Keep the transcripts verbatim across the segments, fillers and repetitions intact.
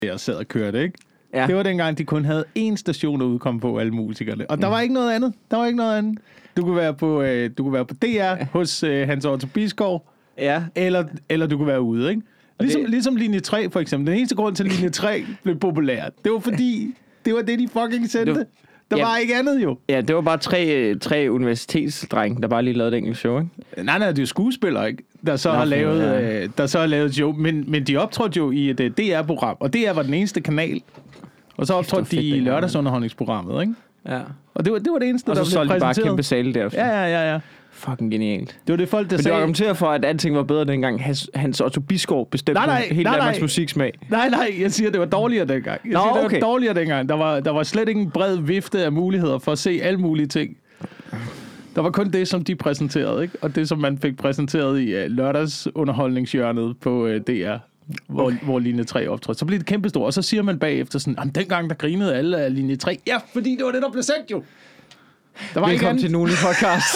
jeg sad og kørte, ikke? Ja. Det var dengang, de kun havde én station at udkomme på, alle musikerne. Og der Mm. var ikke noget andet. Der var ikke noget andet. Du kunne være på, øh, du kunne være på D R ja. hos øh, Hans Otto Bisgaard, Ja. eller, eller du kunne være ude, ikke? Ligesom, det... ligesom linje tre, for eksempel. Den eneste grund til, at linje tre blev populær, det var fordi, det var det, de fucking sendte. Du... Der ja. var ikke andet, jo. Ja, det var bare tre, tre universitetsdrenge, der bare lige lavede et enkelt show, ikke? Nej, nej, det er jo skuespillere, ikke? Der så, Nå, har lavet, ja. øh, der så har lavet show. Men, men de optrådte jo i et uh, D R-program, og D R var den eneste kanal. Og så optrådte de i lørdagsunderholdningsprogrammet, ikke? Ja. Og det var, det var det eneste, og der så blev præsenteret. Og så solgte de bare kæmpe sale derefter. Ja, ja, ja, ja. Fucking genialt. Det var det folk, der Men sagde... det var argumenteret for, at alting var bedre dengang. Hans, Hans Otto Bisgaard bestemte nej, nej, hele nej, Danmarks nej. musiksmag. Nej, nej, jeg siger, det var dårligere dengang. Jeg Nå, siger, det okay. var dårligere dengang. Der var, der var slet ikke en bred vifte af muligheder for at se alle mulige ting. Der var kun det, som de præsenterede, ikke? Og det, som man fik præsenteret i uh, lørdagsunderholdningshjørnet på uh, D R, hvor, okay. hvor linje tre optrådte. Så blev det kæmpestort, og så siger man bagefter sådan, jamen dengang, der grinede alle af linje tre. Ja, fordi det var det, der blev sendt jo. Der var Velkommen ikke til Nuli Podcast.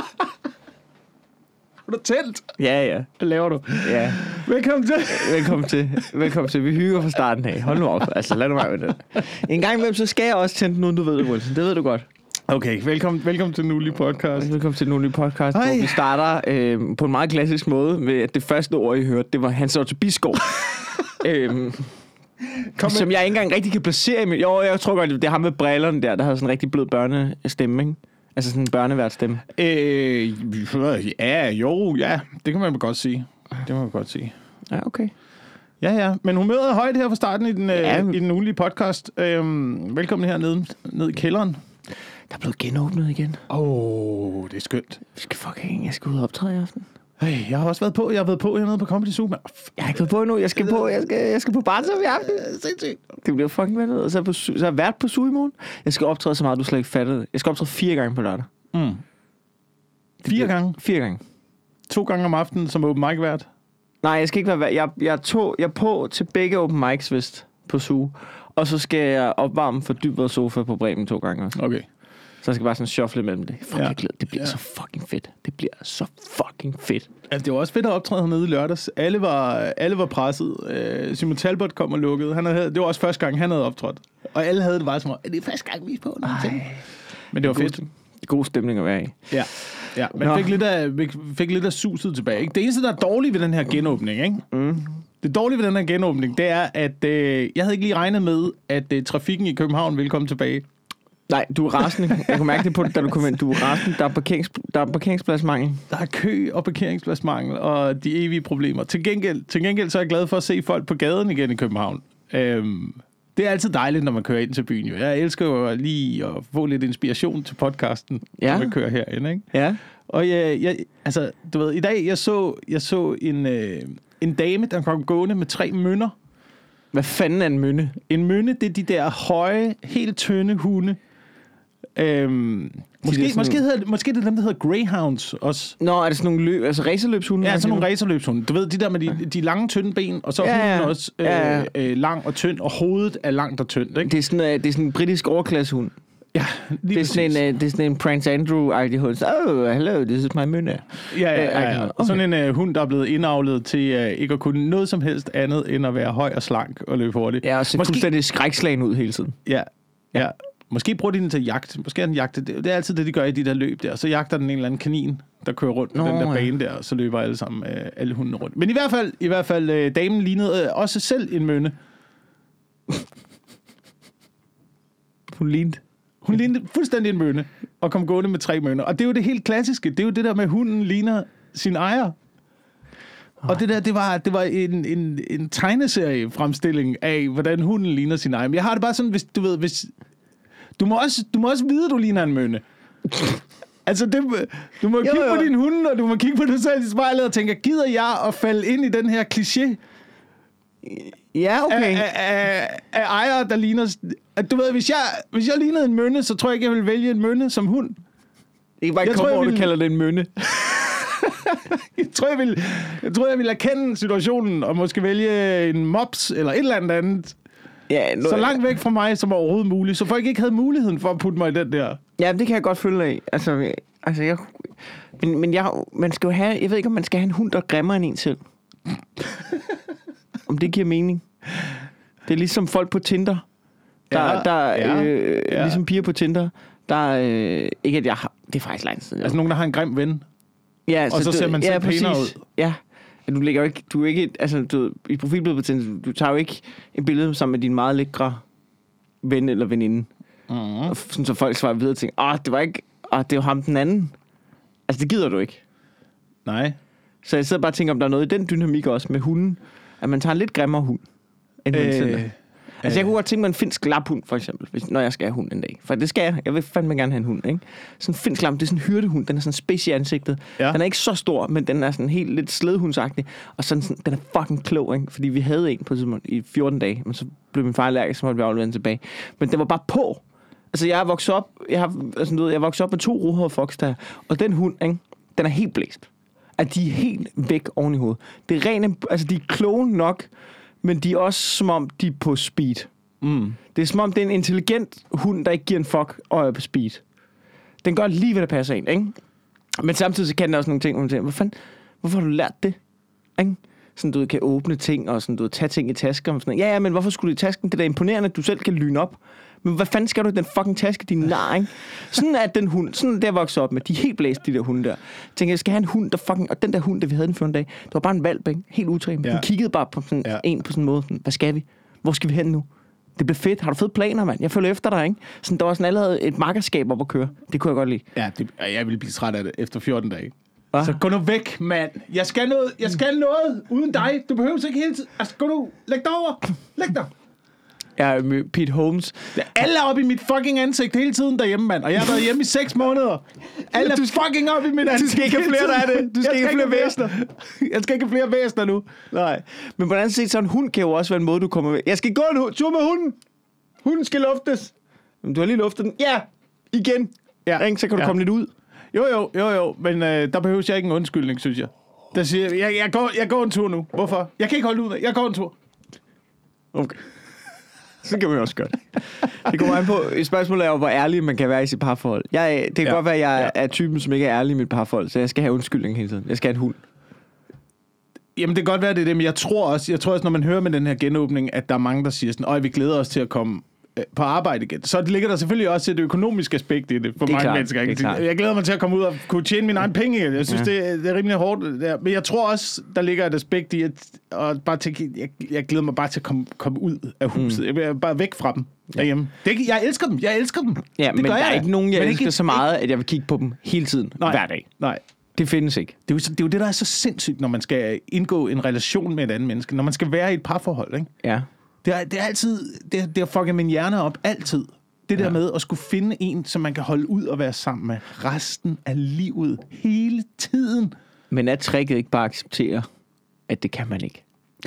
Har du tændt? Ja, ja. Hvad laver du? Ja. Velkommen til. Velkommen til. Velkommen til. Vi hygger fra starten af. Hold nu op. Altså, lad nu være med det. En gang imellem, så skal jeg også tænde nu, du ved det, Wilson. Det ved du godt. Okay, velkommen, velkommen til Nuli Podcast. Velkommen til Nuli Podcast, Hej. hvor vi starter øh, på en meget klassisk måde med, at det første ord, I hørte, det var Hans Otto Bisgaard. øhm, som jeg ikke engang rigtig kan placere i mit... Jo, jeg tror godt, det er ham med brillerne der, der har sådan en rigtig blød børnestemme, ikke? Altså sådan en børnevært-stemme. Øh, ja, jo, ja. Det kan man godt sige. Det kan man godt sige. Ja, okay. Ja, ja. Men humøret er højt her fra starten i den, ja. øh, i den ugenlige podcast. Øhm, velkommen her ned, ned i kælderen. Der er blevet genåbnet igen. Åh, oh, det er skønt. Vi skal fucking... Jeg skal ud og optræde i aften. Hey, jeg har også været på. Jeg har været på hernede på Comedy Super. Jeg har ikke været på endnu. Jeg skal på, jeg skal, jeg skal på Barnshøj i aften. Det bliver fucking vandet. Og så, på, så har jeg været på Su i morgen. Jeg skal optræde så meget, du slet ikke fattede det. Jeg skal optræde fire gange på lørdag. Mm. Fire bliver, gange? Fire gange. To gange om aftenen som open mic vært? Nej, jeg skal ikke være vært. Jeg, jeg, tog, jeg er på til begge open mics vist på Su. Og så skal jeg opvarme for Dybvad Sofa på Bremen to gange også. Okay. Så jeg skal bare sådan shuffle mellem det. Fuck, ja. jeg glæder. Det bliver ja. så fucking fedt. Det bliver så fucking fedt. Altså, det var også fedt at optræde hernede i lørdags. Alle var, alle var presset. Uh, Simon Talbot kom og lukkede. Han havde, det var også første gang, han havde optrådt. Og alle havde det bare som, er det første gang, vi er på noget? Men det var fedt. God stemning at være i. Ja, ja. Man fik lidt, af, fik lidt af suset tilbage. Ikke? Det eneste, der er dårligt ved den her genåbning, ikke? Mm. Det dårlige ved den her genåbning, det er, at øh, jeg havde ikke lige regnet med, at øh, trafikken i København ville komme tilbage. Nej, du er rasende. Jeg kunne mærke det på det, da du kom ind. Du er rasende. Der er, parkerings, der er parkeringspladsmangel. Der er kø og parkeringspladsmangel og de evige problemer. Til gengæld, til gengæld så er jeg glad for at se folk på gaden igen i København. Øhm, det er altid dejligt, når man kører ind til byen. Jo. Jeg elsker jo lige at få lidt inspiration til podcasten, ja. når man kører herind, ikke? Ja. Og jeg, jeg, altså, du ved, i dag, jeg så, jeg så en, øh, en dame, der kom gående med tre mønner. Hvad fanden er en mønne? En mønne, det er de der høje, helt tynde hunde. Øhm, måske, sådan... måske, hedder, måske det er dem, der hedder greyhounds også. Nå, er det sådan nogle løb, altså racerløbshunde? Ja, sådan nogle racerløbshunde. Du ved, de der med de, de lange, tynde ben, og så er ja, hunden også øh, ja, ja. Øh, lang og tynd, og hovedet er langt og tyndt, ikke? Det er sådan, uh, det er sådan en britisk overklassehund. Ja, lige det er, sådan en, uh, det er sådan en Prince Andrew-agtig hund. Oh, hello, this is my mønne. Ja, ja, ja. ja. Okay. Sådan en uh, hund, der er blevet indavlet til uh, ikke at kunne noget som helst andet, end at være høj og slank og løbe hurtigt. Ja, og se Måske... fuldstændig skrækslagen ud hele tiden. Ja, ja. Måske bruger de den til jagt. Måske er den jagte. Det er altid det, de gør i de der løb der. Så jagter den en eller anden kanin, der kører rundt på den der bane der, og så løber alle sammen, øh, alle hundene rundt. Men i hvert fald, i hvert fald øh, damen lignede øh, også selv en mønne. Hun lignede. Hun lignede fuldstændig en mønne, og kom gående med tre mønner. Og det er jo det helt klassiske. Det er jo det der med, at hunden ligner sin ejer. Og det der, det var, det var en, en, en tegneserie-fremstilling af, hvordan hunden ligner sin ejer. Men jeg har det bare sådan, hvis du ved, hvis... Du må også, du må også vide, at du ligner en mønne. Altså, det, du må jo, kigge jo. på din hund, og du må kigge på dig selv i spejlet og tænke, gider jeg at falde ind i den her kliché? Ja, okay. Af, af, af ejere, der ligner... At du ved, hvis jeg, hvis jeg lignede en mønne, så tror jeg ikke, jeg ville vælge en mønne som hund. Ikke bare komme over, ville... du kalder det en mønne. jeg, tror, jeg, ville, jeg tror, jeg ville erkende situationen, og måske vælge en mops, eller et eller andet andet. Ja, nu, så langt væk fra mig som overhovedet muligt, så folk ikke havde muligheden for at putte mig i den der. Ja, det kan jeg godt følge af. Altså, altså jeg, men, men jeg, man skal jo have, jeg ved ikke, om man skal have en hund, der græmmer end en selv. Om det giver mening. Det er ligesom folk på Tinder. Der, Ja, der ja, øh, ja. Ligesom piger på Tinder. Der øh, ikke at jeg har... Det er faktisk lang tid. Altså nogen, der har en grim ven. Ja, og så du, ser man selv ja, pænere præcis. ud. Ja. Du lægger jo ikke... Du er ikke... Altså, du, i profilbilledet på Tinder, du tager jo ikke et billede sammen med din meget lækre ven eller veninde. Mm. Sådan, så folk svarer videre og tænker, åh, det var ikke... Åh, det var ham den anden. Altså, det gider du ikke. Nej. Så jeg sidder bare og tænker, om der er noget i den dynamik også med hunden, at man tager en lidt grimmere hund, end man selv er. Altså, jeg kunne godt tænke mig en finsk laphund, for eksempel, hvis, når jeg skal have hund en dag. For det skal jeg. Jeg vil fandme gerne have en hund, ikke? Sådan en finsk lap, det er sådan en hyrdehund. Den er sådan spids i ansigtet. Ja. Den er ikke så stor, men den er sådan helt lidt slædehundsagtig. Og sådan, sådan, den er fucking klog, ikke? Fordi vi havde en på tidspunkt i fjorten dage, men så blev min far allergisk, så måtte vi aflevere den tilbage. Men den var bare på. Altså, jeg er vokset op, jeg har, altså, du ved, jeg er vokset op med to rohårede fox der, og den hund, ikke? Den er helt blæst. At de er helt væk oven i hovedet. Det er rene, altså de er kloge nok, men de er også som om, de er på speed. Mm. Det er som om, det er en intelligent hund, der ikke giver en fuck og er på speed. Den gør lige, hvad der passer ind, ikke? Men samtidig så kan den også nogle ting, hvor man tænker, hvor fanden, hvorfor har du lært det? Ikke? Sådan, du kan åbne ting, og sådan, du tage ting i tasken. Og sådan, ja, ja, men hvorfor skulle du i tasken? Det er da imponerende, at du selv kan lyne op. Men hvad fanden skal du i den fucking taske, din nar, ikke? Sådan er den hund, sådan er det, jeg voksede op med. De er helt blæst, de der hunde der. Jeg tænkte, jeg skal have en hund, der fucking... Og den der hund, der vi havde den fjorten dag, det var bare en valp, ikke? Helt utrænet. Ja. Hun kiggede bare på sådan Ja. en på sådan en måde. Sådan, hvad skal vi? Hvor skal vi hen nu? Det bliver fedt. Har du fede planer, mand? Jeg følger efter dig, ikke? Sådan, der var sådan allerede et makkerskab op at køre. Det kunne jeg godt lide. Ja, det, jeg ville blive træt af det efter fjorten dage. Hva? Så gå nu væk, mand. Jeg skal noget, jeg skal noget uden dig. Du behøver ikke hele tiden. Altså, gå nu. Læg dig over. Læg dig. Ja, med Pete Holmes. Alle er oppe i mit fucking ansigt hele tiden derhjemme, mand. Og jeg har været hjemme i seks måneder. Alle er fucking oppe i mit ansigt. Du skal ikke have flere, der er det. Du skal, Jeg ikke have flere væsner. Jeg skal ikke have flere væsner nu. Nej. Men på den anden side, så en hund kan jo også være en måde, du kommer med. Jeg skal gå en tur med hunden. Hunden skal luftes. Men du har lige luftet den. Ja, igen. Ja. Ikke? Så kan du Ja. komme lidt ud. Jo, jo, jo, jo. Men øh, der behøver jeg ikke en undskyldning, synes jeg. Der siger, jeg, jeg, går, jeg går en tur nu. Hvorfor? Jeg kan ikke holde ud af. Jeg går en tur. Okay. Så kan man jo også gøre det. Det kommer an på. Spørgsmålet er jo, hvor ærlig man kan være i sit parforhold. Jeg, det kan Ja. godt være, at jeg Ja. er typen, som ikke er ærlig i mit parforhold, så jeg skal have undskyldning hele tiden. Jeg skal have en hund. Jamen, det kan godt være, det er det, men jeg tror også, jeg tror også, når man hører med den her genåbning, at der er mange, der siger sådan, øj, vi glæder os til at komme øh, på arbejde igen. Så ligger der selvfølgelig også et økonomisk aspekt i det for Det er mange klart, mennesker. det er Ikke? klart. Jeg glæder mig til at komme ud og kunne tjene mine egne penge igen. Jeg synes, Ja. det, er, det er rimelig hårdt. det Der. Men jeg tror også, der ligger et aspekt i, at og bare tænke, jeg, jeg glæder mig bare til at komme, komme ud af huset. Mm. Jeg vil bare væk fra dem derhjemme. Det er, ikke- jeg elsker dem. Jeg elsker dem. Ja, det men gør der er jeg. ikke nogen, jeg Men elsker ikke- så meget, at jeg vil kigge på dem hele tiden, Nej. hver dag. Nej. Det findes ikke. Det er, jo, så- det er jo det, der er så sindssygt, når man skal indgå en relation med et andet menneske. Når man skal være i et parforhold, ikke? Ja. Det er, det er altid, det, er, det har fucket min hjerne op, altid. Det der Ja. med at skulle finde en, som man kan holde ud og være sammen med resten af livet, hele tiden. Men er tricket ikke bare at acceptere, at det kan man ikke?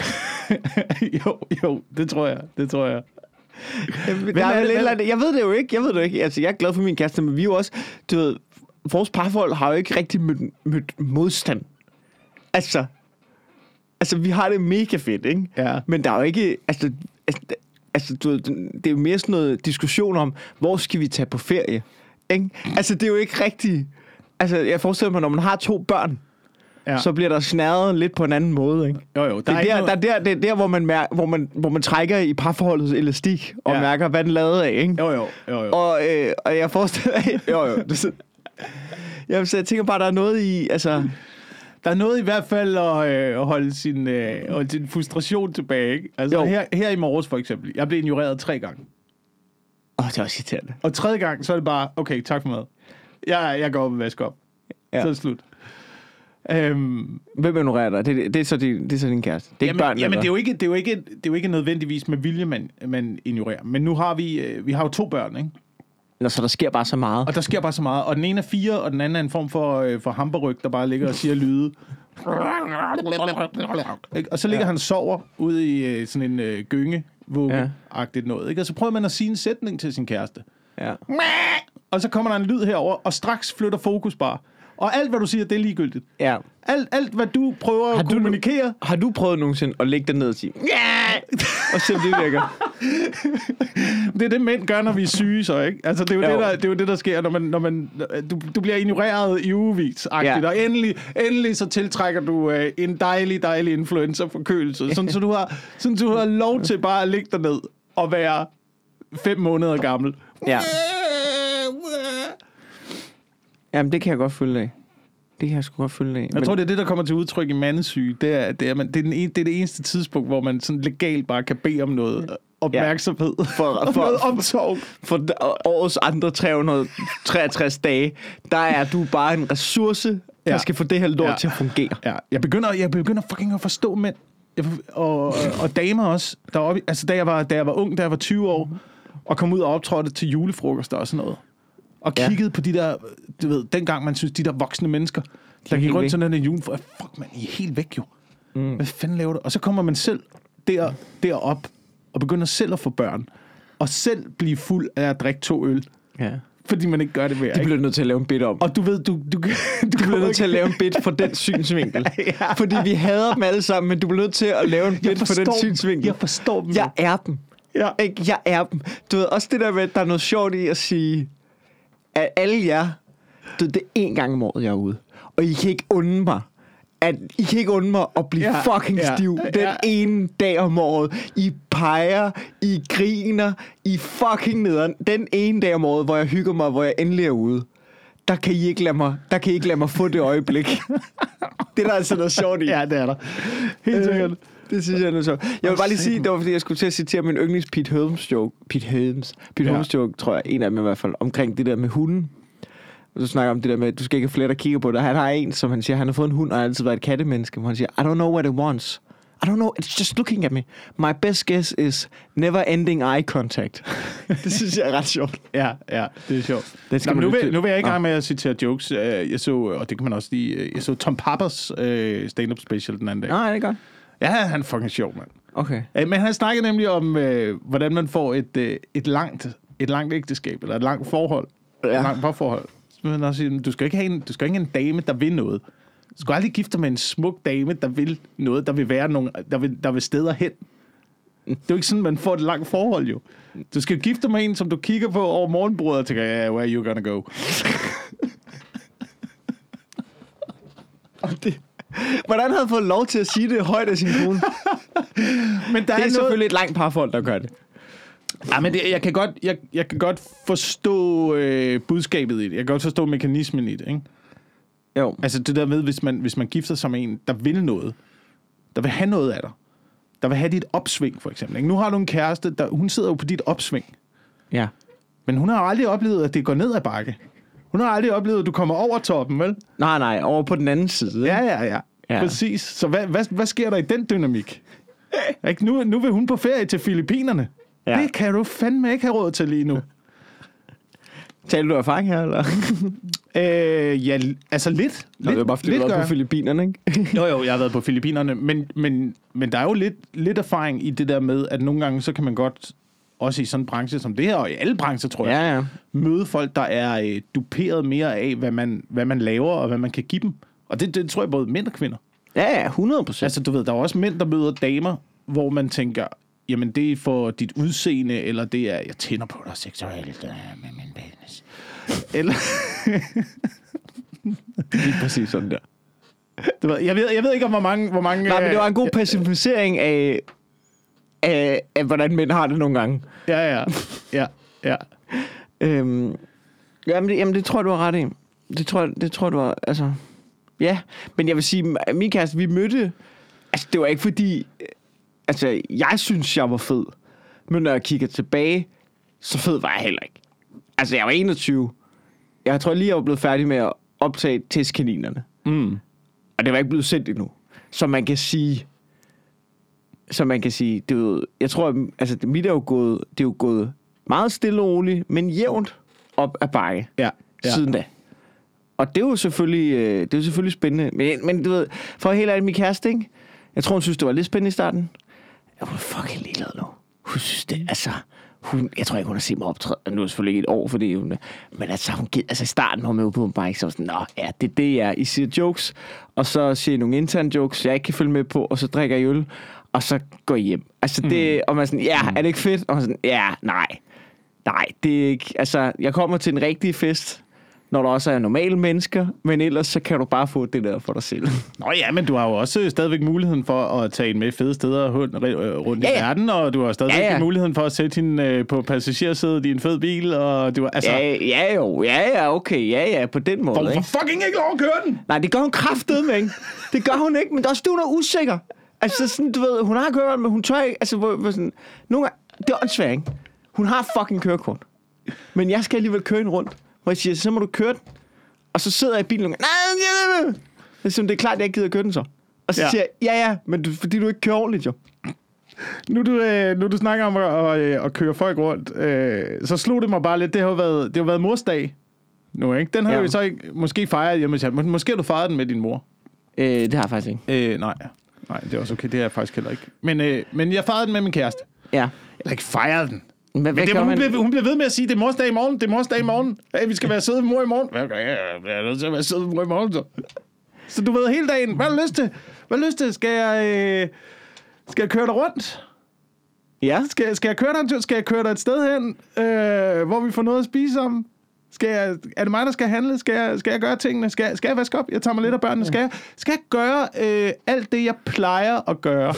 jo, jo, det tror jeg, det tror jeg. Jeg, Hvem jeg, er det, jeg, hvem- jeg, jeg ved det jo ikke. Jeg ved det jo ikke. Altså, jeg er glad for min kæreste, men vi er jo også, du ved, vores parforhold har jo ikke rigtig mødt, mødt modstand. Altså, altså, vi har det mega fedt, ikke? Ja. Men der er jo ikke, altså, altså, altså du ved, det er jo mere sådan noget diskussion om, hvor skal vi tage på ferie, ikke? Altså, det er jo ikke rigtigt. Altså, jeg forestiller mig, når man har to børn, Ja. så bliver der snærret lidt på en anden måde, ikke? Jo, jo, Det er, der, der, er der, det er der, hvor man, mær- hvor, man, hvor man trækker i parforholdets elastik og Ja. ja. mærker, hvad den lavede af, ikke? Jo, jo, jo, jo. Og, øh, og jeg forestiller jo, jo. Det, jeg, så jeg tænker bare, der er noget i, altså... Der er noget i hvert fald at, øh, at holde sin, øh, holde sin frustration tilbage, ikke? Altså, Jo. her, her i morges for eksempel, jeg blev ignoreret tre gange. Åh, det er også irriterende. Og tredje gang, så er det bare, okay, tak for mad. Jeg, jeg går op og vasker op. Ja. Ja. Så er det slut. Øhm, Hvem ignorerer dig? Det, det, er så din, det er så din kæreste. Det er jamen, ikke børn, jamen det, er jo ikke, det, er jo ikke, det er jo ikke nødvendigvis med vilje, man, man ignorerer. Men nu har vi, øh, vi har jo to børn, ikke? Nå, så der sker bare så meget. Og der sker bare så meget. Og den ene er fire, og den anden er en form for, øh, for hamperryg, der bare ligger og siger lyde. Ikke? Og så ligger ja. han og sover ude i øh, sådan en øh, gynge-vugge-agtigt noget. Ikke? Og så prøver man at sige en sætning til sin kæreste. Ja. Og så kommer der en lyd herover, og straks flytter fokus bare. Og alt, hvad du siger, det er ligegyldigt. Ja. Alt, alt hvad du prøver Har at du- kommunikere... Har du prøvet nogensinde at lægge dig ned og sige, ja, og se, om det virker. Det er det, mænd gør, når vi er syge, så, ikke? Altså, det er jo, det, der, det, er jo det, der sker, når man... Når man du, du bliver ignoreret i ugevis, ja. Og endelig, endelig så tiltrækker du øh, en dejlig, dejlig influenza-forkølelse, sådan, så, du har, sådan, så du har lov til bare at ligge derned og være fem måneder gammel. Ja. Jamen, det kan jeg godt følge af. Det kan jeg sgu godt følge af. Jeg men... tror, det er det, der kommer til udtryk i mandesyge. Det er, det, er, man, det, er den en, det er det eneste tidspunkt, hvor man sådan legalt bare kan bede om noget opmærksomhed. Ja. For, for, noget omsorg. For, for årets andre tre hundrede treogtres dage, der er du bare en ressource, der ja. skal få det her lort ja. til at fungere. Ja. Jeg begynder, jeg begynder fucking at forstå mænd. Jeg, og, og, og damer også. Deroppe, altså, da jeg, var, da jeg var ung, da jeg var tyve år, og kom ud og optrådte til julefrokoster og sådan noget. Og ja. kiggede på de der, du ved, dengang man synes, de der voksne mennesker, der gik rundt sådan en jul, for fuck man, I er helt væk jo. Mm. Hvad fanden laver du? Og så kommer man selv der, derop, og begynder selv at få børn, og selv blive fuld af at drikke to øl. Ja. Fordi man ikke gør det mere. De bliver nødt til at lave en bit om. Og du ved, du... Du, du, du bliver nødt til at lave en bit for den synsvinkel. Ja. Fordi vi hader dem alle sammen, men du bliver nødt til at lave en bit for den synsvinkel. Jeg forstår dem. Jeg er dem. Ja. Ikke? Jeg er dem. Du ved, også det der med, at der er noget sjovt i at sige, at alle jer, det er én gang om året, jeg er ude. Og I kan ikke unde mig, at I kan ikke unde mig at blive ja, fucking ja, stiv den ja. ene dag om året. I peger, I griner, I fucking nederen. Den ene dag om året, hvor jeg hygger mig, hvor jeg endelig er ude. Der kan I ikke lade mig, der kan I ikke lade mig få det øjeblik. Det er der altså noget sjovt i. Ja, det er der. Helt sikkert. Øh, det synes jeg er noget sjovt. Jeg vil bare lige sige, det var fordi, jeg skulle til at citere min yndlings Pete Holmes joke. Pete Holmes. Pete ja. Holmes joke, tror jeg, en af dem i hvert fald, omkring det der med hunden. Og så snakker om det der med, at du skal ikke have flere, der kigger på det. Han har en, som han siger, han har fået en hund, og har altid været et kattemenneske. Hvor han siger, I don't know what it wants. I don't know, it's just looking at me. My best guess is never ending eye contact. Det synes jeg er ret sjovt. Ja, ja, det er sjovt. Det Nå, nu, vil, nu vil jeg ikke gang med at citere jokes. Jeg så, og det kan man også lige, jeg så Tom Pappers uh, stand-up special den anden dag. Nej, det er godt. Ja, han er fucking sjov, mand. Okay. Men han snakker nemlig om, uh, hvordan man får et, uh, et, langt, et langt ægteskab, eller et langt forhold. Ja. Et langt parforhold. Du skal ikke have en, du skal ikke have en dame, der vil noget. Du skal aldrig gifte dig med en smuk dame, der vil noget, der vil være nogen, der vil, der vil steder hen. Det er jo ikke sådan, man får et langt forhold, jo. Du skal gifte dig med en, som du kigger på over morgenbordet og tænker, yeah, where are you gonna go? det, hvordan havde han fået lov til at sige det højt af sin kone? Men der det er, er noget... selvfølgelig et langt parforhold, der gør det. Ja, men det, jeg, kan godt, jeg, jeg kan godt forstå øh, budskabet i det. Jeg kan godt forstå mekanismen i det, ikke? Jo. Altså det der med, hvis man, hvis man gifter sig med en, der vil noget, der vil have noget af dig, der vil have dit opsving, for eksempel. Ikke? Nu har du en kæreste, der, hun sidder jo på dit opsving. Ja. Men hun har aldrig oplevet, at det går ned ad bakke. Hun har aldrig oplevet, at du kommer over toppen, vel? Nej, nej, over på den anden side. Ikke? Ja, ja, ja, ja. Præcis. Så hvad, hvad, hvad sker der i den dynamik? Ikke? Nu, nu vil hun på ferie til Filippinerne. Ja. Det kan du fandme ikke have råd til lige nu. Taler du erfaring her, eller? øh, ja, altså lidt. Nå, lidt det er bare fordi, lidt du har været på Filippinerne, ikke? jo, jo, jeg har været på Filippinerne, men, men, men der er jo lidt, lidt erfaring i det der med, at nogle gange, så kan man godt, også i sådan en branche som det her, og i alle brancher, tror jeg, ja, ja. møde folk, der er øh, duperet mere af, hvad man, hvad man laver, og hvad man kan give dem. Og det, det tror jeg både mænd og kvinder. Ja, ja, hundrede procent. Altså, du ved, der er også mænd, der møder damer, hvor man tænker, jamen, det er for dit udseende, eller det er, jeg tænder på dig seksuelt med min penis. Eller... Lige præcis sådan der. Du ved, jeg, ved, jeg ved ikke, om hvor mange... Hvor mange Nej, men det var en god pacificering af, af, af, hvordan mænd har det nogle gange. Ja, ja. Ja, ja. øhm, jamen, det, jamen, det tror jeg, du har ret i. Det tror, det tror du har... Altså... Ja, men jeg vil sige, min kæreste, vi mødte... Altså, det var ikke fordi... Altså, jeg synes, jeg var fed. Men når jeg kigger tilbage, så fed var jeg heller ikke. Altså, jeg var enogtyve. Jeg tror lige, jeg var blevet færdig med at optage testkaninerne. Mm. Og det var ikke blevet sendt endnu. Så man kan sige... Så man kan sige... Det er jo, jeg tror, altså, det, mit er jo gået... Det er jo gået meget stille og roligt, men jævnt op ad bakke. Ja, ja. Siden da. Og det er jo selvfølgelig, det er jo selvfølgelig spændende. Men, men du ved, for helt ærligt, min kæreste, ikke? Jeg tror, hun synes, det var lidt spændende i starten. Jeg var fucking ligeglad nu. Hun synes det, altså... Hun, jeg tror ikke, hun har set mig optræde. Nu er det selvfølgelig ikke et år, fordi hun... Men altså, hun giver, altså i starten, hun med på en bike, så var sådan, nå, ja, det er det, jeg I siger jokes, og så siger I nogle interne jokes, jeg ikke kan følge med på, og så drikker jeg øl. og så går I hjem. Altså det, mm. og man er sådan, ja, er det ikke fedt? Og man sådan, ja, nej. Nej, det er ikke, altså, jeg kommer til en rigtig fest, når der også er normale mennesker, men ellers så kan du bare få det der for dig selv. Nå ja, men du har jo også stadigvæk muligheden for at tage en med fede steder rundt i ja, ja. verden, og du har stadigvæk ja, ja. muligheden for at sætte hende på passagersædet i en fed bil, og du altså... Ja, ja jo, ja, ja, okay, ja, ja, på den måde, ikke? For fucking ikke lov at køre den! Nej, det gør hun kraftedeme, ikke? Det gør hun ikke, men det er også, hun er usikker. Altså sådan, du ved, hun har kørt, men hun tør ikke, altså, hvor, hvor sådan... Nogle gange, det er åndssvagt, ikke? Hun har fucking kørekort. Men jeg skal alligevel køre hende rundt. Hvor jeg siger, så må du køre den. Og så sidder jeg i bilen og nej, det er, det er klart, at jeg ikke gider køre den så. Og så ja. siger jeg, ja ja, men du, fordi du ikke kører ordentligt jo. Nu du, øh, nu du snakker om at, at, at køre folk rundt, øh, så slog det mig bare lidt, det har jo været, det har været mors dag nu, ikke? Den har ja. jo så ikke, måske fejret hjemme. Måske har du fejret den med din mor. Øh, det har jeg faktisk ikke. Øh, nej, nej, det er også okay, det er jeg faktisk heller ikke. Men, øh, men jeg fejrede den med min kæreste. Ja. Eller ikke fejrede den. Men, men det, hun, bliver, hun bliver ved med at sige, det er morsdag i morgen, det er morsdag i morgen. Hey, vi skal være søde mor i morgen. Jeg er nødt til at være søde mor i morgen, så. Så du ved hele dagen, hvad har du lyst til? Hvad har du lyst til? Skal jeg, øh, skal jeg køre dig rundt? Ja. Skal, skal jeg køre dig en tur? Skal jeg køre dig et sted hen, øh, hvor vi får noget at spise sammen? Skal jeg, er det mig, der skal handle? Skal jeg, skal jeg gøre tingene? Skal jeg, skal jeg vaske op? Jeg tager mig lidt af børnene. Skal jeg, skal jeg gøre øh, alt det, jeg plejer at gøre?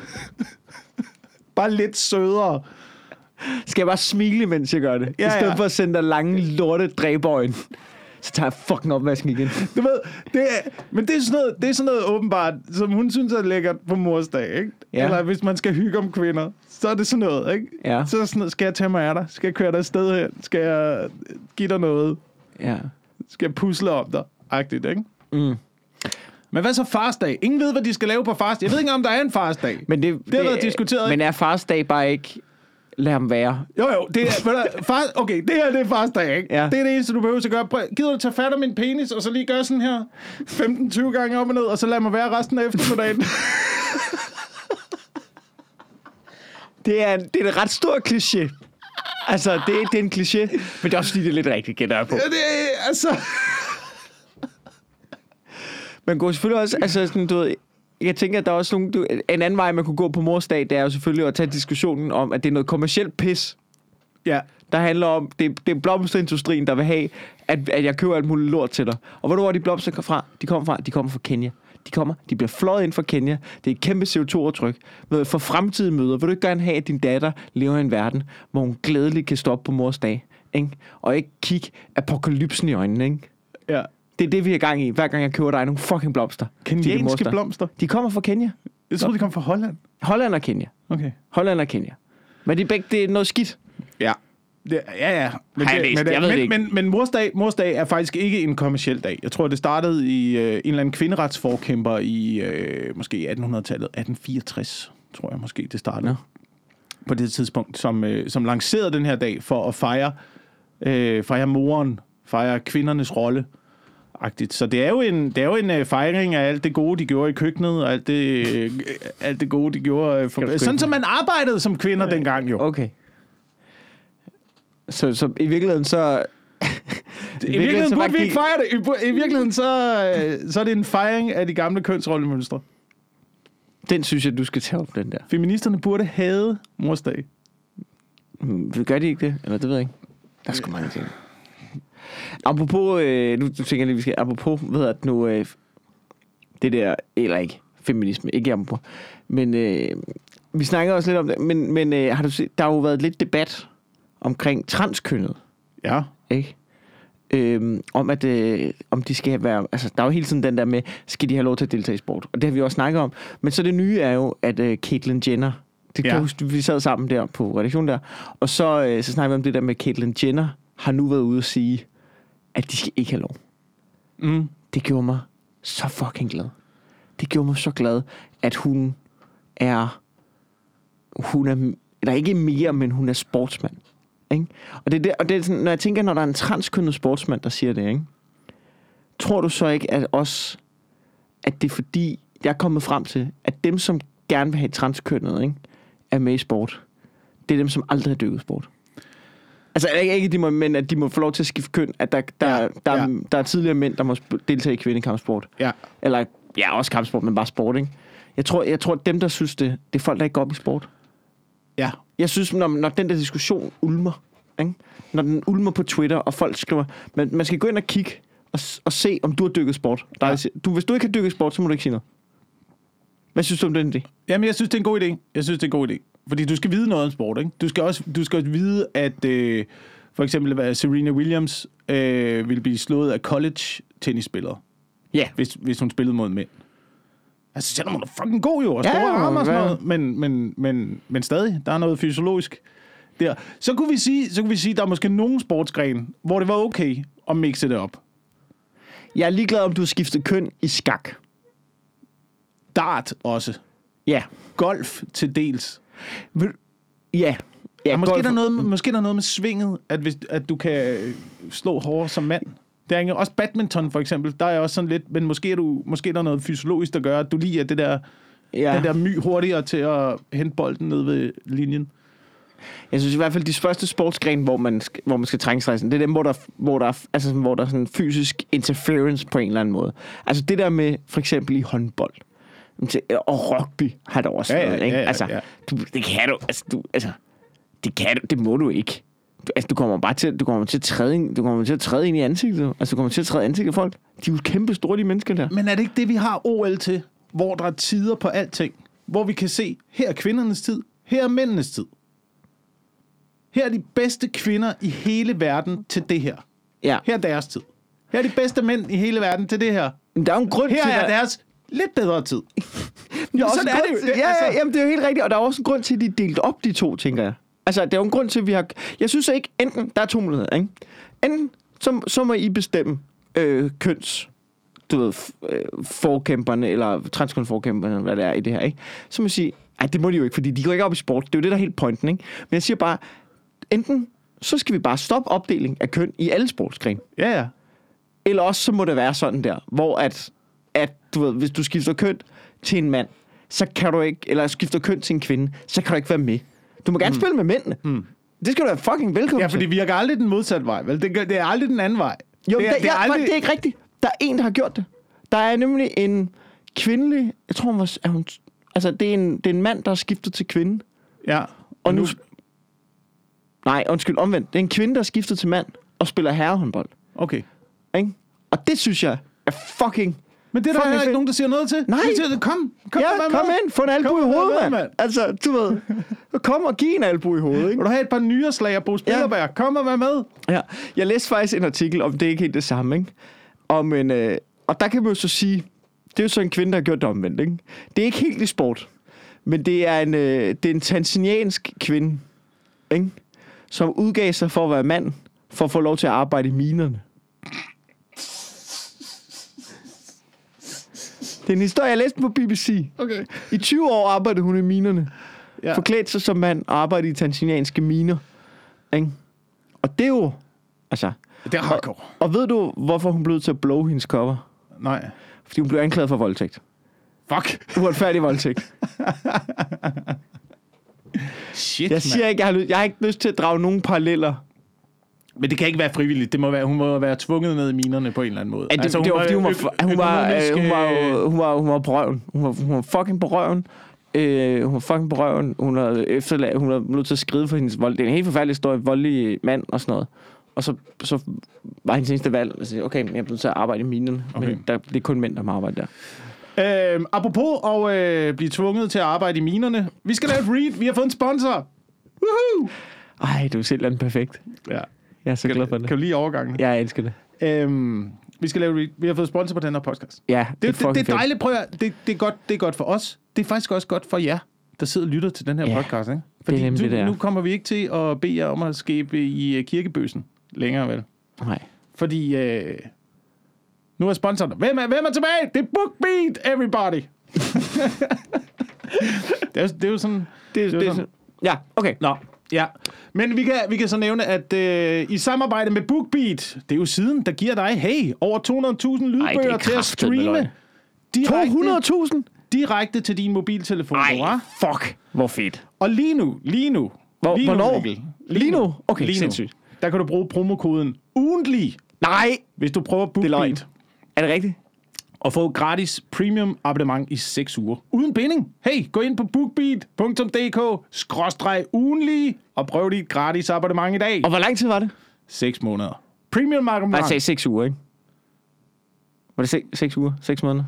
Bare lidt sødere. Skal jeg bare smile, mens jeg gør det? Ja, I stedet ja. for at sende dig lange lorte dræbøjen. Så tager jeg fucking opvasken igen. Du ved, det er, men det er, sådan noget, det er sådan noget åbenbart, som hun synes er lækkert på morsdag, ikke? Ja. Eller hvis man skal hygge om kvinder, så er det sådan noget, ikke? Ja. Så er sådan noget, skal jeg tage mig af dig? Skal jeg køre dig et sted hen? Skal jeg give dig noget? Ja. Skal jeg pusle om dig? Agtigt, ikke? Mm. Men hvad så farsdag? Ingen ved, hvad de skal lave på farsdag. Jeg ved ikke, om der er en farsdag. Men det, det har været diskuteret. Men er farsdag bare ikke... Lad ham være. Jo, jo. Det er, far, okay, det her det er farsdag, ikke? Ja. Det er det eneste, du behøver at gøre. Prøv, gider du tage fat om min penis, og så lige gøre sådan her femten tyve gange op og ned, og så lad mig være resten af eftermiddagen? Det er, det er en ret stor kliché. Altså, det, det er en kliché, men det er også fordi, det er lidt rigtigt, gætter jeg på. Ja, det er, altså... Man går selvfølgelig også, altså sådan, du ved... Jeg tænker, at der er også nogle, du, en anden vej, man kunne gå på morsdag, det er jo selvfølgelig at tage diskussionen om, at det er noget kommercielt pis. Ja. Der handler om, det, det er blomsterindustrien, der vil have, at, at jeg køber alt muligt lort til dig. Og hvor du hvor de blomster kommer fra? De kommer fra, de kommer fra Kenya. De kommer, de bliver fløjet ind fra Kenya. Det er et kæmpe C O to aftryk. For fremtidige møder, vil du ikke gerne have, at din datter lever i en verden, hvor hun glædeligt kan stoppe på morsdag, ikke? Og ikke kigge apokalypsen i øjnene, ikke? Ja. Det er det, vi er i gang i, hver gang jeg køber dig nogle fucking blomster. Kenyanske blomster? De kommer fra Kenya. Jeg troede, de kom fra Holland. Holland og Kenya. Okay. Holland og Kenya. Men det er begge, det er noget skidt. Ja. Det, ja, ja. Men, Ej, det, læst, men, jeg ved men, det ikke. men, men morsdag, morsdag er faktisk ikke en kommerciel dag. Jeg tror, det startede i øh, en eller anden kvinderetsforkæmper i øh, måske attenhundredetallet. atten fireogtres, tror jeg måske, det startede. Ja. På det tidspunkt, som, øh, som lancerede den her dag for at fejre, øh, fejre moren, fejre kvindernes rolle. Så det er jo en, det er jo en uh, fejring af alt det gode, de gjorde i køkkenet, og alt det, uh, alt det gode, de gjorde. Uh, for, sådan som man arbejdede som kvinder okay. dengang jo. Okay. Så, så i virkeligheden så... I, I virkeligheden, virkeligheden burde vi ikke fejre det. I, i virkeligheden så, uh, så er det en fejring af de gamle kønsrollemønstre. Den synes jeg, du skal tage op, den der. Feministerne burde hade morsdag. Hmm, gør de ikke det? Eller det ved jeg ikke. Der er sgu mange ting. Apropos, øh, nu tænker jeg lige, vi skal, apropos, hvad hedder det nu, øh, det der, eller ikke, feminisme, ikke apropos, men øh, vi snakker også lidt om det, men, men øh, har du set, der har jo været lidt debat omkring transkønnet. Ja. Ikke? Øhm, om at, øh, om de skal være, altså der er jo hele tiden den der med, skal de have lov til at deltage i sport, og det har vi også snakket om, men så det nye er jo, at øh, Caitlyn Jenner, det kan ja. jeg huske, vi sad sammen der på redaktionen der, og så, øh, så snakker vi om det der med, Caitlyn Jenner har nu været ude at sige, at de skal ikke have lov. Mm. Det gjorde mig så fucking glad. Det gjorde mig så glad, at hun er, hun er, eller ikke mere, men hun er sportsmand. Ikke? Og det er det, og det er sådan, når jeg tænker, når der er en transkønnet sportsmand, der siger det, ikke? Tror du så ikke, at også, at det er fordi, jeg er kommet frem til, at dem, som gerne vil have transkønnet, ikke, er med i sport, det er dem, som aldrig har dykket sport. Altså ikke, de må, men at de må få lov til at skifte køn, at der, der, ja, der, ja. der er tidligere mænd, der må deltage i kvindekampsport. Ja. Eller, ja, også kampsport, men bare sport, ikke? Jeg tror, jeg tror, at dem, der synes det, det er folk, der ikke går op i sport. Ja. Jeg synes, når, når den der diskussion ulmer, ikke? Når den ulmer på Twitter, og folk skriver, man, man skal gå ind og kigge og, og se, om du har dykket sport. Der er, du, hvis du ikke har dykket sport, så må du ikke sige noget. Hvad synes du om den idé? Jamen, jeg synes, det er en god idé. Jeg synes, det er en god idé. Fordi du skal vide noget om sport, ikke? Du skal også, du skal også vide, at øh, for eksempel hvad Serena Williams øh, vil blive slået af college-tennisspillere. Ja. Yeah. Hvis, hvis hun spillede mod mænd. Altså, selvom hun er fucking god jo, og store ja, arme og sådan ja. noget, men, men, men, men stadig, der er noget fysiologisk der. Så kunne vi sige, så kunne vi sige, der er måske nogen sportsgren, hvor det var okay at mixe det op. Jeg er ligeglad, om du har skiftet køn i skak. Dart også. Ja. Golf til dels. Ja. Ja, og måske, golf. der noget, måske der er noget med svinget, at, hvis, at du kan slå hårdere som mand. Det er ikke, også badminton for eksempel, der er også sådan lidt, men måske er, du, måske er der noget fysiologisk, der gør, at du lige er det der, ja. den der my hurtigere til at hente bolden ned ved linjen. Jeg synes i hvert fald, de første sportsgrene, hvor man, hvor man skal trænge sig, det er dem, hvor der, hvor der, altså, hvor der er sådan fysisk interference på en eller anden måde. Altså det der med, for eksempel i håndbold, og rugby har der også ja, noget, ja, ikke? Ja, ja, altså, ja. Du, det kan du, altså, du, altså, det kan du, det må du ikke. Du, altså, du kommer bare til, du kommer til at træde ind, du kommer til at træde ind i ansigtet. Altså, du kommer til at træde ansigtet af folk. De er jo kæmpe store, de mennesker der. Men er det ikke det, vi har O L til? Hvor der er tider på alting. Hvor vi kan se, her er kvindernes tid, her er mændenes tid. Her er de bedste kvinder i hele verden til det her. Ja. Her er deres tid. Her er de bedste mænd i hele verden til det her. Men der er jo en grund her til, er der... deres lidt bedre tid. Ja, sådan er det jo. Det, ja, altså... ja, jamen, det er jo helt rigtigt. Og der er også en grund til, at de er delt op, de to, tænker jeg. Altså, det er jo en grund til, at vi har... Jeg synes ikke, enten... Der er to muligheder, ikke? Enten, så, så må I bestemme øh, køns... Du ved, øh, forkæmperne, eller transkønsforkæmperne, hvad det er i det her, ikke? Så må jeg sige, ej, det må de jo ikke, fordi de går ikke op i sport. Det er jo det, der er helt pointen, ikke? Men jeg siger bare, enten så skal vi bare stoppe opdeling af køn i alle sportsgrene. Ja, ja. Eller også så må det være sådan der, hvor at, at du ved, hvis du skifter køn til en mand, så kan du ikke, eller skifter køn til en kvinde, så kan du ikke være med. Du må gerne mm. spille med mændene. Mm. Det skal du være fucking velkommen Ja, fordi vi har aldrig den modsatte vej, vel? Det, det er aldrig den anden vej. Jo, det er, det, det er, ja, aldrig... det er ikke rigtigt. Der er en, der har gjort det. Der er nemlig en kvindelig, jeg tror hun var, er hun, altså det er, en, det er en mand, der er skiftet til kvinde. Ja. Og, og nu, nu... Nej, undskyld, omvendt. Det er en kvinde, der er skiftet til mand og spiller herrehåndbold. Okay. Ikke? Og det synes jeg er fucking... Men det er der heller ikke nogen, der siger noget til. Nej. Siger, kom, kom, ja, kom ind. Få en albu i hovedet, mand. mand. Altså, du ved. Kom og giv en albu i hovedet, ikke? Vil du have et par nyreslag af Bo Spillerberg? Ja. Kom og vær med. Ja. Jeg læste faktisk en artikel om, det er ikke helt det samme, ikke? Om en... Øh, og der kan man jo så sige, det er jo så en kvinde, der har gjort det omvendt, ikke? Det er ikke helt i sport. Men det er en, øh, det er en tanzaniansk kvinde, ikke? Som udgav sig for at være mand, for at få lov til at arbejde i minerne. Det er en historie, jeg læste på B B C. Okay. I tyve år arbejdede hun i minerne. Ja. Forklædt sig som mand og arbejdede i tanzanianske miner. Ikke? Og det er jo... Altså... Det er hardcore. Og, og ved du, hvorfor hun blev til at blow hendes cover? Nej. Fordi hun blev anklaget for voldtægt. Fuck. Uretfærdig voldtægt. Shit, jeg siger ikke, jeg har, lyst, jeg har ikke lyst til at drage nogen paralleller. Men det kan ikke være frivilligt. Det må være, hun må være tvunget ned i minerne på en eller anden måde. Ja, det, altså, hun, det var, fordi hun, var, hun, var, øh, hun, var, hun, var, hun var på røven. Hun var, hun var fucking på røven. Øh, hun var fucking på røven. Hun var efterladt. Hun var nødt til at skride for hendes vold. Det er en helt forfærdelig historie. Voldelig mand og sådan noget. Og så, så var hendes eneste valg at sige, okay, jeg er nødt til at arbejde i minerne. Okay. Men der, det er kun mænd, der må arbejde der. Øhm, apropos at øh, blive tvunget til at arbejde i minerne. Vi skal lave et read. Vi har fået en sponsor. Woohoo! Ej, du er simpelthen perfekt. Ja. Jeg er så glad for det. Kan du lide overgangen? Ja, jeg elsker det. Øhm, vi skal lave et read. Vi har fået sponsor på den her podcast. Ja, det, det, det, det er dejligt. Prøv at, det, det, er godt, det er godt for os. Det er faktisk også godt for jer, der sidder og lytter til den her ja, podcast. Ikke? Fordi det er du, det nu kommer vi ikke til at bede jer om at skabe i uh, kirkebøssen længere, vel? Nej. Fordi øh, nu er sponsoren. Hvem er, hvem er tilbage? Det er BookBeat, everybody. det, er jo, det er jo sådan... Det, det, det er sådan. Ja, okay. Nå, ja. Men vi kan, vi kan så nævne, at øh, i samarbejde med BookBeat, det er jo siden, der giver dig, hey, over to hundrede tusind lydbøger Ej, til at streame. to hundrede tusind? Direkte til din mobiltelefon. Ej, fuck. Hvor fedt. Og lige nu, lige nu. Hvor, lige hvornår? Nu, lige, lige nu? Okay, lige sindssygt. Nu, der kan du bruge promokoden ugentlig. Nej. Hvis du prøver BookBeat. Det er, er det rigtigt? og få gratis premium abonnement i seks uger. Uden binding. Hey, gå ind på bookbeat punktum d k skråstreg ugenlige og prøv dit gratis abonnement i dag. Og hvor lang tid var det? seks måneder. Premium abonnement. Jeg sagde seks uger, ikke? Var det seks, seks uger? seks måneder?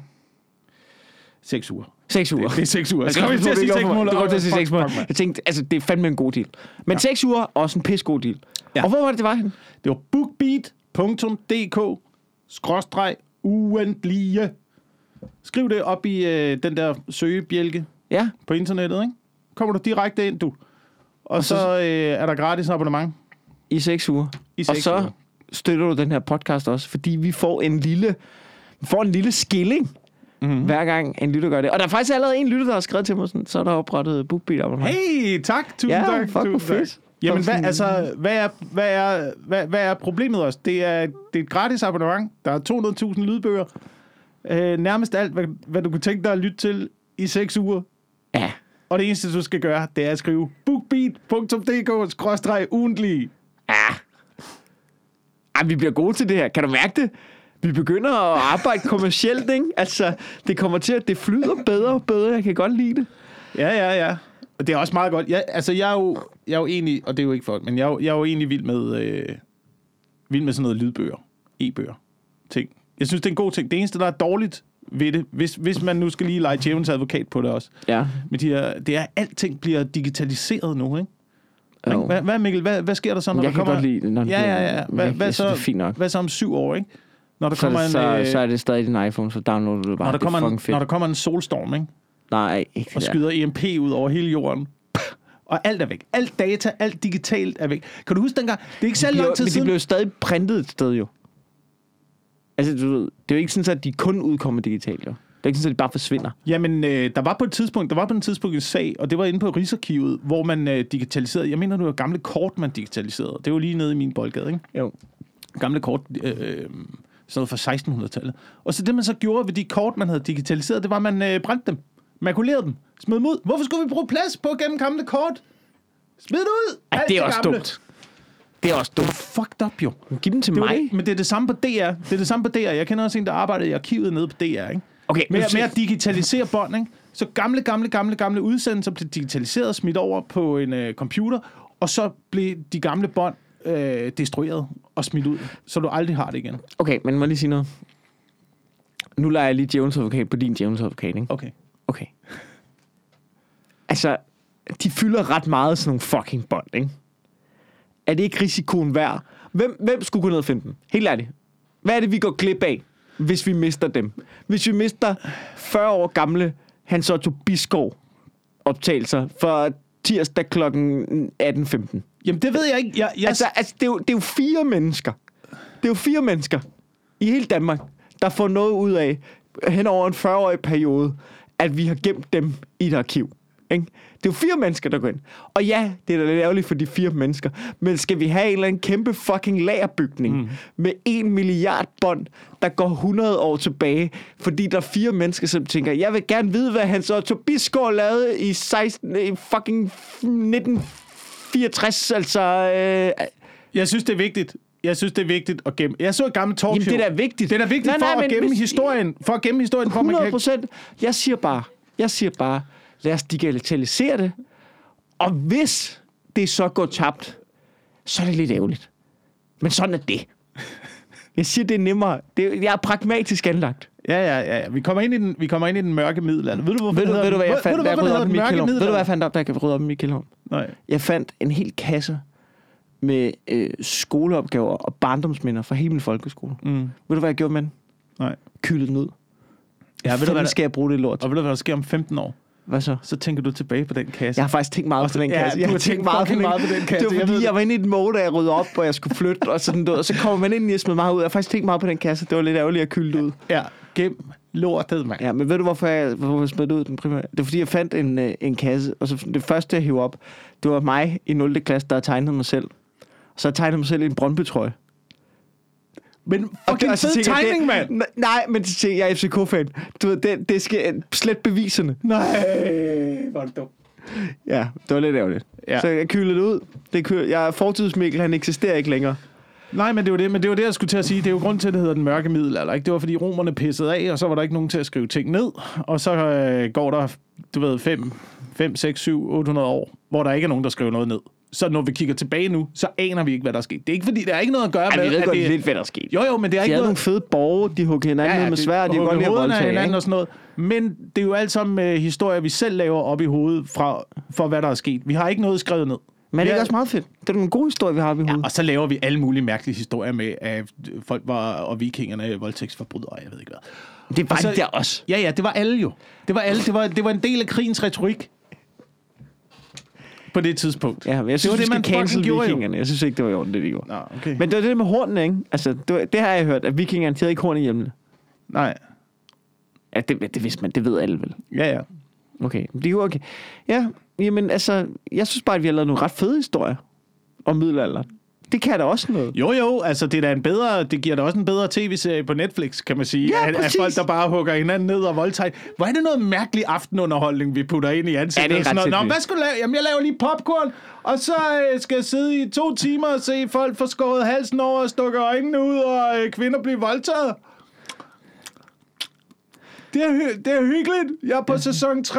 seks uger. seks uger. Det, det er seks uger. Jeg kommer til at sige seks måneder. Du kommer til at sige seks måneder. Fuck, jeg tænkte, altså, det er fandme en god deal. Men ja. seks uger, også en pis god deal. Ja. Og hvor var det, det var hen? Det var bookbeat punktum d k skråstreg uendelige. Skriv det op i øh, den der søgebjælke ja. på internettet, ikke? Kommer du direkte ind, du. Og, og så, så øh, er der gratis abonnement. I seks uger. I seks og så uger. støtter du den her podcast også, fordi vi får en lille, vi får en lille skilling, mm-hmm. hver gang en lytter gør det. Og der er faktisk allerede en lytter, der har skrevet til mig, sådan, så er der oprettet BookBeat abonnement. Hey, tak. Tusind ja, tak. Fuck, tusind fedt. tak. Jamen, hvad, altså, hvad er, hvad, er, hvad, hvad er problemet også? Det er, det er et gratis abonnement. Der er to hundrede tusind lydbøger. Øh, nærmest alt, hvad, hvad du kunne tænke dig at lytte til i seks uger. Ja. Og det eneste, du skal gøre, det er at skrive bookbeat punktum d k skråstreg ugentlige. Ja. Ej, vi bliver gode til det her. Kan du mærke det? Vi begynder at arbejde kommercielt, ikke? Altså, det kommer til at det flyder bedre og bedre. Jeg kan godt lide det. Ja, ja, ja. Og det er også meget godt. Jeg, altså, jeg er, jo, jeg er jo egentlig, og det er jo ikke for, men jeg er jo, jeg er jo egentlig vild med, øh, vild med sådan noget lydbøger, e-bøger, ting. Jeg synes, det er en god ting. Det eneste, der er dårligt ved det, hvis, hvis man nu skal lige lege djævelens advokat på det også, ja. men de her, det er, at alting bliver digitaliseret nu, ikke? Oh. Hvad, hvad, Mikkel, hvad, hvad sker der så, når jeg der kommer... Jeg kan godt lide det, når det ja, ja, ja. Hvad, hvad, så, det er fint nok. Hvad så om syv år, ikke? Når der så, kommer det, en, så, øh, så er det stadig din iPhone, så downloader du det bare. Når der, kommer en, fedt. når der kommer en solstorm, ikke? Nej, ikke og skyder E M P ud over hele jorden. Og alt er væk. Alt data, alt digitalt er væk. Kan du huske dengang? Det er ikke særlig lang tid men siden. Men de blev stadig printet et sted, jo. Altså, du ved, det er jo ikke sådan, at de kun udkommer digitalt, jo. Det er ikke sådan, at de bare forsvinder. Jamen, øh, der var på et tidspunkt, der var på et tidspunkt en sag, og det var inde på Rigsarkivet, hvor man øh, digitaliserede. Jeg mener, det var gamle kort, man digitaliserede. Det var lige nede i min boldgade, ikke? Jo. Gamle kort, øh, sådan noget fra sekstenhundredetallet. Og så det, man så gjorde ved de kort, man havde digitaliseret, det var, at man øh, brændte dem. Makulerede dem. Smed dem ud. Hvorfor skulle vi bruge plads på at gemme gamle kort? Smid det ud! Ja, det er også gamle. dumt. Det er også dumt. Fucked up, jo. Giv dem til det mig. Det, men det er det samme på D R. Det er det samme på D R. Jeg kender også en, der arbejdede i arkivet nede på D R, ikke? Okay. Med, med at digitalisere bånd, ikke? Så gamle, gamle, gamle, gamle udsendelser blev digitaliseret og smidt over på en øh, computer, og så blev de gamle bånd øh, destrueret og smidt ud, så du aldrig har det igen. Okay, men må lige sige noget. Nu lader jeg lige djævelens advokat på din djævelens advokat, ikke? Okay. Okay. Altså, de fylder ret meget sådan nogle fucking bånd, ikke? Er det ikke risikoen værd? Hvem, hvem skulle gå ned og finde dem? Helt ærligt. Hvad er det, vi går glip af, hvis vi mister dem? Hvis vi mister fyrre år gamle Hans Otto Bisgaard optagelser for tirsdag klokken atten femten. Jamen, det ved jeg ikke. Jeg, jeg... Altså, altså det, er jo, det er jo fire mennesker. Det er jo fire mennesker i hele Danmark, der får noget ud af, hen over en fyrre-årig periode, at vi har gemt dem i et arkiv. Ikke? Det er jo fire mennesker, der går ind. Og ja, det er da lidt ærgerligt for de fire mennesker, men skal vi have en eller anden kæmpe fucking lagerbygning mm. med en milliard bånd, der går hundrede år tilbage, fordi der er fire mennesker, som tænker, jeg vil gerne vide, hvad Hans Otto Bisgaard lavede i, seksten, i fucking nitten fireogtres, altså... Øh... Jeg synes, det er vigtigt. Jeg synes, det er vigtigt at gemme. Jeg så et gammelt talkshow. Jamen, det er da vigtigt. Det er da vigtigt nej, nej, for, at gemme hvis... historien, for at gemme historien. For hundrede procent. Jeg siger bare, jeg siger bare, lad os digitalisere det. Og hvis det så går tabt, så er det lidt ærgerligt. Men sådan er det. Jeg siger, det er nemmere. Det, jeg er pragmatisk anlagt. Ja, ja, ja. Vi kommer ind i den, vi kommer ind i den mørke middelalder. Ved du, hvorfor ved du, ved du hvad jeg fandt, ved, ved, ved, ved, ved, ved du, hvad jeg fandt op, der jeg kan rydde op i mit kælderrum? Nej. Jeg fandt en hel kasse med øh, skoleopgaver og barndomsminder fra hele min folkeskole. Mm. Ved du, hvad jeg gjorde med den? Nej. Kylet den ud. Ja, ved du, hvad der skal jeg bruge det lort? Og ved du, hvad der sker om femten år? Hvad så? Så tænker du tilbage på den kasse. Jeg har faktisk tænkt meget på den kasse. Ja, jeg har har tænkt meget, tænkt meget på den kasse. Det var fordi, jeg, jeg var inde i et mode, da jeg ryddede op, og jeg skulle flytte, og sådan noget. Og så kommer man ind i at smide meget ud. Jeg har faktisk tænkt meget på den kasse. Det var lidt ærgerligt at kylde ud. Ja, gem lortet, mand. Ja, men ved du, hvorfor jeg, hvorfor jeg smed det ud den primære? Det er fordi, jeg fandt en, en kasse, og så det første, jeg hævde op, det var mig i nul klasse, der tegnede mig selv. Og så tegnede mig selv i en Brøndby-trøje. Men fucking og, fed tegning, mand! Nej, men jeg er F C K-fan. Du ved, det, det skal slet beviserne. Nej, hvor er det dumt. Ja, det var lidt ærgerligt. Ja. Så jeg kylede det ud. Det kø- jeg er fortidsmikkel, han eksisterer ikke længere. Nej, men det var det, men det var det, jeg skulle til at sige. Det er jo grund til, at det hedder den mørke middelalder, ikke? Det var, fordi romerne pissede af, og så var der ikke nogen til at skrive ting ned. Og så øh, går der, du ved, fem, seks, syv, otte hundrede år, hvor der ikke er nogen, der skriver noget ned. Så når vi kigger tilbage nu, så aner vi ikke, hvad der er sket. Det er ikke, fordi der er ikke noget at gøre Ej, med... vi ved at godt det... lidt, hvad der er sket. Jo, jo, men det er de ikke noget... noget... nogle fede borge, de hugger hinanden ja, ja, med svær, de kan godt lide at voldtage, ikke? Og sådan noget. Men det er jo alt sammen uh, historier, vi selv laver op i hovedet fra, for, hvad der er sket. Vi har ikke noget skrevet ned. Men det er ikke også meget fedt. Det er en god historie, vi har op i hovedet. Ja, og så laver vi alle mulige mærkelige historier med, at folk var, og vikingerne voldtægtsforbrydere, jeg ved ikke hvad. Det var så, det der også. Ja, ja, det var alle jo. Det var alle. Det var, det var en del af krigens retorik. På det tidspunkt. Ja, men jeg synes, det var det, man cancel vikingerne. Jeg synes ikke, det var i orden, det de gjorde. Nå, okay. Men det var det med hornene, ikke? Altså, det, var, det har jeg hørt, at vikingerne, de havde ikke horn i hjelmene. Nej. Ja, det, det vidste man. Det ved alle vel. Ja, ja. Okay. Det er okay. Ja, jamen altså, jeg synes bare, at vi har lavet nogle ret fede historier om middelalderen. Det kan da også noget. Jo, jo, altså det er da en bedre, det giver da også en bedre tv-serie på Netflix, kan man sige. Ja, at, at folk, der bare hugger hinanden ned og voldtager. Hvor er det noget mærkelig aftenunderholdning, vi putter ind i ansigtet? Ja, det er ret Nå, hvad skulle jeg lave? Jamen, jeg laver lige popcorn, og så øh, skal jeg sidde i to timer og se folk få skåret halsen over og stukke øjnene ud, og øh, kvinder blive voldtaget. Det er, hy- det er hyggeligt. Jeg er på sæson tre.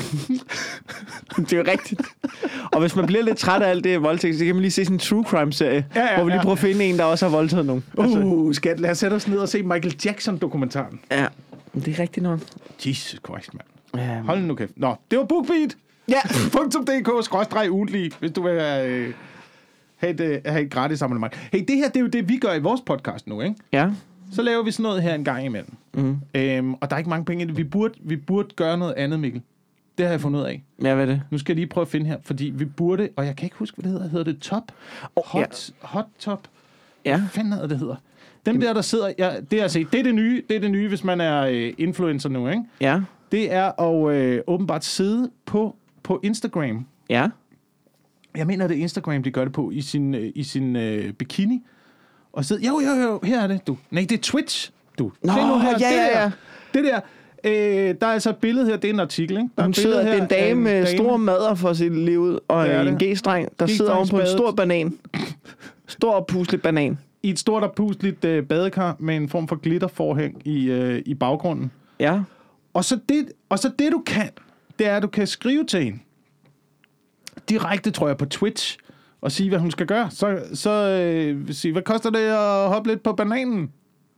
Det er jo rigtigt. Og hvis man bliver lidt træt af alt det voldtægt, så kan man lige se sådan en true crime-serie, ja, ja, hvor vi lige prøver at finde en, der også har voldtaget nogen. Uh, skat, lad os sætte os ned og se Michael Jackson-dokumentaren. Ja, det er rigtigt nok. Jesus Christ, mand. Ja. Hold nu kæft. Nå, det var BookBeat. Ja. .dk skråstreg ugentlig, hvis du vil øh, have, et, øh, have et gratis abonnement. Hey, det her, det er jo det, vi gør i vores podcast nu, ikke? Ja. Så laver vi sådan noget her en gang imellem. Mm. Øhm, og der er ikke mange penge i det. Vi burde, vi burde gøre noget andet, Mikkel. Det har jeg fundet ud af. Ja, hvad er det? Nu skal jeg lige prøve at finde her, fordi vi burde, og jeg kan ikke huske, hvad det hedder. Hedder det Top? Oh, Hot, ja. hot Top? Ja. Hvad fanden hedder det hedder? Dem der, der sidder... Ja, det, er altså, det er det nye, det er det nye, hvis man er øh, influencer nu, ikke? Ja. Det er at øh, åbenbart sidde på, på Instagram. Ja. Jeg mener, det er Instagram, de gør det på, i sin, øh, i sin øh, bikini. Og sidde... Jo, jo, jo, her er det, du. Nej, det er Twitch, du. Nå, Se nu her, ja, det ja, ja. Der, det der... Øh, der er altså et billede her, det er en artikel, ikke? Der Hun sidder, det er en dame med store madder for sit liv ud, og en G-streng, der sidder oven på en stor banan. Stor og puslet banan. I et stort og pusligt øh, badekar med en form for glitterforhæng i, øh, i baggrunden. Ja. Og så, det, og så det, du kan, det er, at du kan skrive til hende. Direkte, tror jeg, på Twitch, og sige, hvad hun skal gøre. Så, så øh, sige, hvad koster det at hoppe lidt på bananen?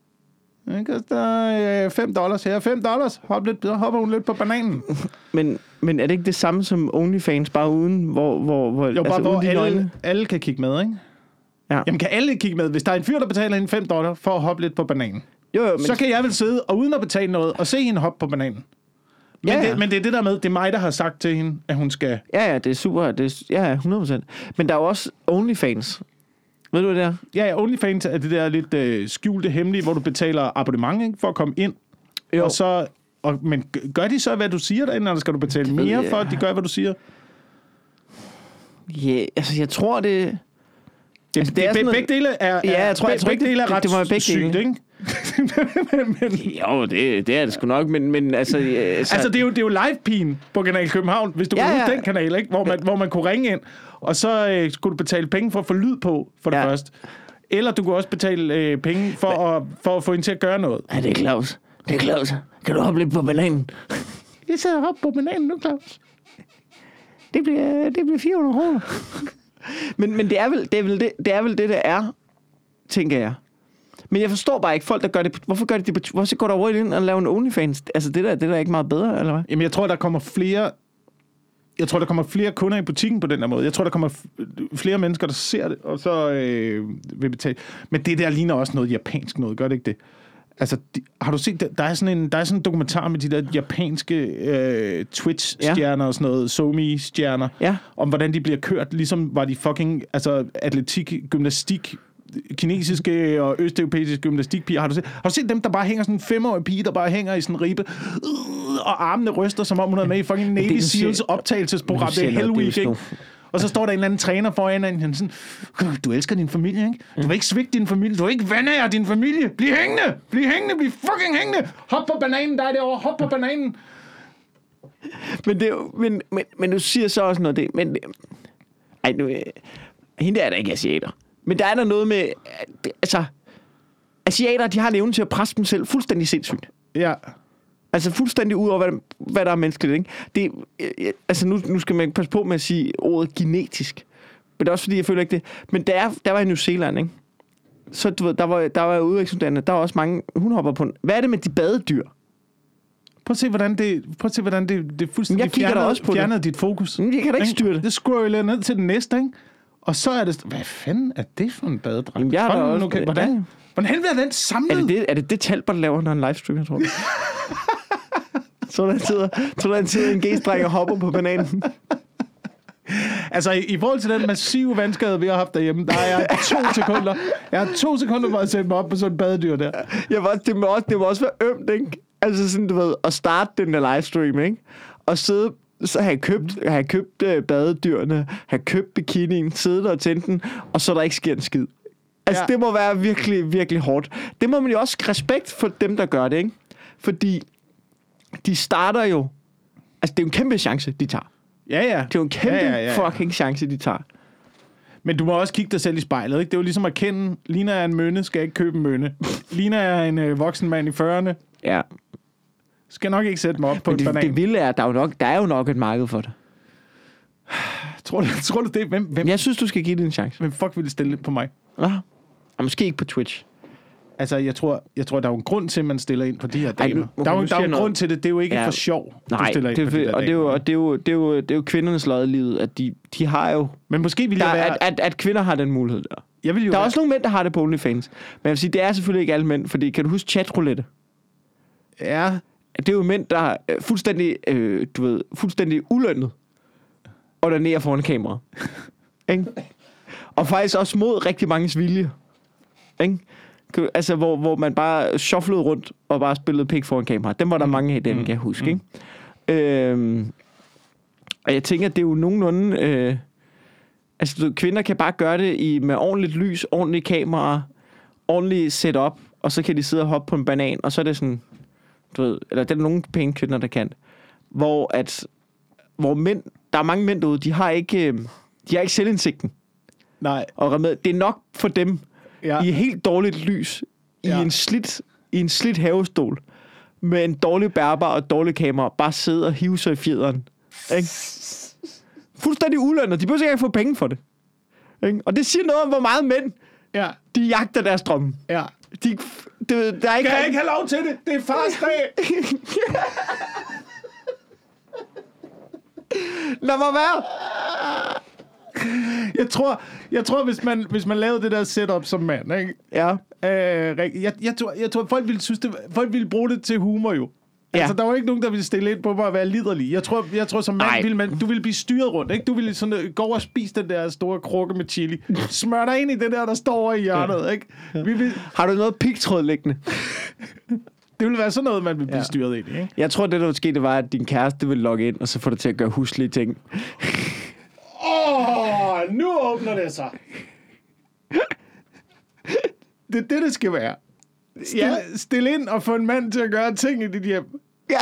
Det koster øh, fem dollars her. fem dollars. Hop lidt, så hopper hun lidt på bananen. Men, men er det ikke det samme som OnlyFans, bare uden, hvor... hvor, hvor jo, bare altså, hvor alle, alle, alle kan kigge med, ikke? Ja. Jamen, kan alle kigge med? Hvis der er en fyr, der betaler hende fem dollar for at hoppe lidt på bananen, jo, jo, men... så kan jeg vel sidde, og uden at betale noget, og se hende hoppe på bananen. Men, ja, ja. Det, men det er det der med, det er mig, der har sagt til hende, at hun skal... Ja, ja, det er super. Det er, ja, hundrede procent. Men der er jo også OnlyFans. Ved du, hvad det er? Ja, ja, OnlyFans er det der lidt øh, skjulte hemmelige, hvor du betaler abonnement, ikke, for at komme ind. Jo. Og så, og, men gør de så, hvad du siger derinde, eller skal du betale mere jeg... for, at de gør, hvad du siger? Ja, yeah, altså jeg tror, det... Det, altså, det er be, begge dele er, ja, jeg tror, be, jeg tror, begge dele er ret det, det begge sygt, dele. Ikke? men, jo, det, det er det sgu nok, men, men altså... Altså, altså det, er jo, det er jo live-pin på Kanal København, hvis du ja, kan huske ja. den kanal, ikke? Hvor, man, hvor man kunne ringe ind, og så øh, skulle du betale penge for at få lyd på, for det ja. første. Eller du kunne også betale øh, penge for, at, for at få hende til at gøre noget. Ja, det er Claus. Det er Claus. Kan du hoppe lidt på bananen? Jeg sidder og hopper på bananen nu, Claus. Det bliver, det bliver fire hundrede kroner. men men det, er vel, det, er vel det, det er vel det, der er, tænker jeg. Men jeg forstår bare ikke folk, der gør det. Hvorfor gør de det? Hvorfor går der over ind og laver en OnlyFans? Altså, det der, det der er ikke meget bedre, eller hvad? Jamen, jeg tror, der kommer flere... Jeg tror, der kommer flere kunder i butikken på den der måde. Jeg tror, der kommer flere mennesker, der ser det, og så øh, vil betale. Men det der ligner også noget japansk noget, gør det ikke det? Altså, de, har du set, der er sådan en, der er sådan en dokumentar med de der japanske øh, Twitch-stjerner ja. og sådan noget, Somi-stjerner, ja. om hvordan de bliver kørt, ligesom var de fucking, altså, atletik, gymnastik, kinesiske og østeuropæiske gymnastikpiger. Har du set, har du set dem, der bare hænger sådan en femårig pige, der bare hænger i sådan en ribe, og armene ryster, som om hun er med i fucking Navy Seals optagelsesprogram. Det er Hell Week, ikke? Og så står der en eller anden træner foran en, han sådan, du elsker din familie, ikke? Du vil ikke svigte din familie, du vil ikke vande af din familie. Bliv hængende, bliv hængende, bliv fucking hængende. Hop på bananen, dig derovre, hop på bananen. Men det er jo, men, men, men du siger så også noget det, men ej, nu, hende der er da ikke asiater. Men der er der noget med... Altså, asiater, de har en evne til at presse dem selv fuldstændig sindssygt. Ja. Altså fuldstændig ud over, hvad, hvad der er menneskeligt, ikke? Det, altså nu, nu skal man passe på med at sige ordet genetisk. Men det er også fordi, jeg føler ikke det. Men der, der var i New Zealand, ikke? Så du ved, der var, der var udvekslingsstuderende, der var også mange hundehopper på. Hvad er det med de badedyr? Prøv at se, hvordan det, prøv at se, hvordan det, det fuldstændig jeg fjernede, også på fjernede dit fokus. Men jeg kan da ikke styre det. Det scroller ned til den næste, ikke? Og så er det... Hvad fanden er det for en badedragt? Jamen, jeg er også... Okay. Hvordan, ja. hvordan bliver den samlet? Er det det, er det, det Talbot laver, når en livestream, jeg tror? Så der sidder, så der sidder en G-streng og hopper på bananen. Altså, i, i forhold til den massive vandskade, vi har haft derhjemme, der er jeg to sekunder. Jeg har to sekunder for at sætte mig op på sådan en badedyr der. Jeg var, det, må også, det må også være ømt, ikke? Altså sådan, du ved, at starte den der livestream, ikke? Og sidde, så har jeg købt, har jeg købt uh, badedyrene, har købt bikinien, sidde der og tænde den, og så der ikke sker en skid. Altså, ja. Det må være virkelig, virkelig hårdt. Det må man jo også respekt for dem, der gør det, ikke? Fordi de starter jo... Altså, det er jo en kæmpe chance, de tager. Ja, ja. Det er jo en kæmpe ja, ja, ja, ja. fucking chance, de tager. Men du må også kigge dig selv i spejlet, ikke? Det er jo ligesom at kende, Lina er en mønne, skal jeg ikke købe en mønne. Lina er en øh, voksen mand i fyrrerne. Ja. Skal nok ikke sætte mig op på Men en det, banan. det vilde er, at der er, jo nok, der er jo nok et marked for det. Tror du, tror du det? Hvem, hvem, jeg synes, du skal give det en chance. Hvem fuck ville stille det på mig? Ja. Og måske ikke på Twitch. Altså, jeg tror, jeg tror, der er jo en grund til, at man stiller ind på de her damer. Ej, nu, okay, der er jo, der er jo en noget. grund til det. Det er jo ikke ja. for sjov, Nej, du stiller ind det, på de der og det er, jo, og det, er jo, det, er jo, det er jo kvindernes lod i livet, at de, de har jo... Men måske vil der, jeg være... at, at, at kvinder har den mulighed der. Jeg vil jo der er være... også nogle mænd, der har det på OnlyFans. Men jeg vil sige, det er selvfølgelig ikke alle mænd, fordi kan du huske chatroulette? Ja. Det er jo mænd, der er fuldstændig, øh, du ved, fuldstændig ulønnet og der nær foran kamera. Ikke? Og faktisk også mod rigtig manges vilje. Ikke? Altså, hvor, hvor man bare shufflede rundt og bare spillede pik foran kamera. Dem var der mm. mange af, den mm. kan jeg huske. Mm. Ikke? Øhm, og jeg tænker, at det er jo nogenlunde... Øh, altså, du, kvinder kan bare gøre det i, med ordentligt lys, ordentligt kamera, ordentligt setup, og så kan de sidde og hoppe på en banan, og så er det sådan... Du ved, eller der er nogle pæne kvinder, der kan. Hvor at... Hvor mænd... Der er mange mænd derude, de har ikke... De har ikke selvindsigten. Nej. Og det er nok for dem... Ja. I helt dårligt lys, ja. i en slidt, i en slidt havestol, med en dårlig bærbar og et dårligt kamera, bare sidde og hive sig i fjederen. Ikke? Fuldstændig ulønnet. De behøver ikke få penge for det. Ikke? Og det siger noget om, hvor meget mænd, ja. de jagter deres drømme. Ja. De, det, der er ikke kan jeg ikke have lov til det? Det er fars dag. Lad mig være. Jeg tror, jeg tror hvis, man, hvis man lavede det der setup som mand, ikke? Ja. Øh, jeg, jeg, tror, jeg tror, folk ville, synes det, folk ville bruge det til humor jo. Ja. Altså, der var ikke nogen, der ville stille ind på mig at være liderlig. Jeg tror, jeg tror som mand, ville man, du ville blive styret rundt, ikke? Du ville sådan, gå over og spise den der store krukke med chili. Smør dig ind i det der, der står over i hjørnet, ja. Ikke? Vi vil... Har du noget pigtråd liggende? Det ville være sådan noget, man ville blive ja. styret ind i, ikke? Jeg tror, det der ville ske, det var, at din kæreste ville logge ind, og så få dig til at gøre huslige ting. Åh, oh, nu åbner det sig. Det er det, det skal være. Stil, ja. Stil ind og få en mand til at gøre ting i dit hjem. Ja.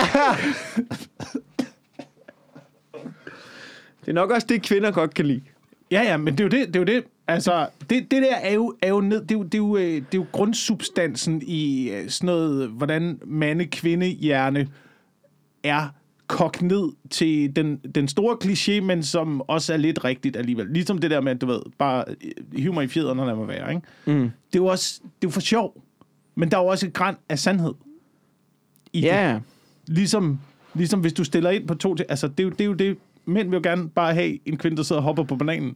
Det er nok også det, kvinder godt kan lide. Ja, ja, men det er jo det. det, er jo det. Altså, det, det der er jo, er jo, ned, det er jo, det er jo, det er jo grundsubstansen i sådan noget, hvordan mande-kvinde-hjerne er kogt ned til den, den store kliché, men som også er lidt rigtigt alligevel. Ligesom det der med, du ved, bare hive mig i fjederne, lad mig være, ikke? Mm. Det er jo også, det er jo for sjov, men der er jo også et græn af sandhed i yeah. det. Ligesom, ligesom hvis du stiller ind på to til, altså det er jo det, er jo det mænd vil jo gerne bare have en kvinde, der sidder og hopper på bananen.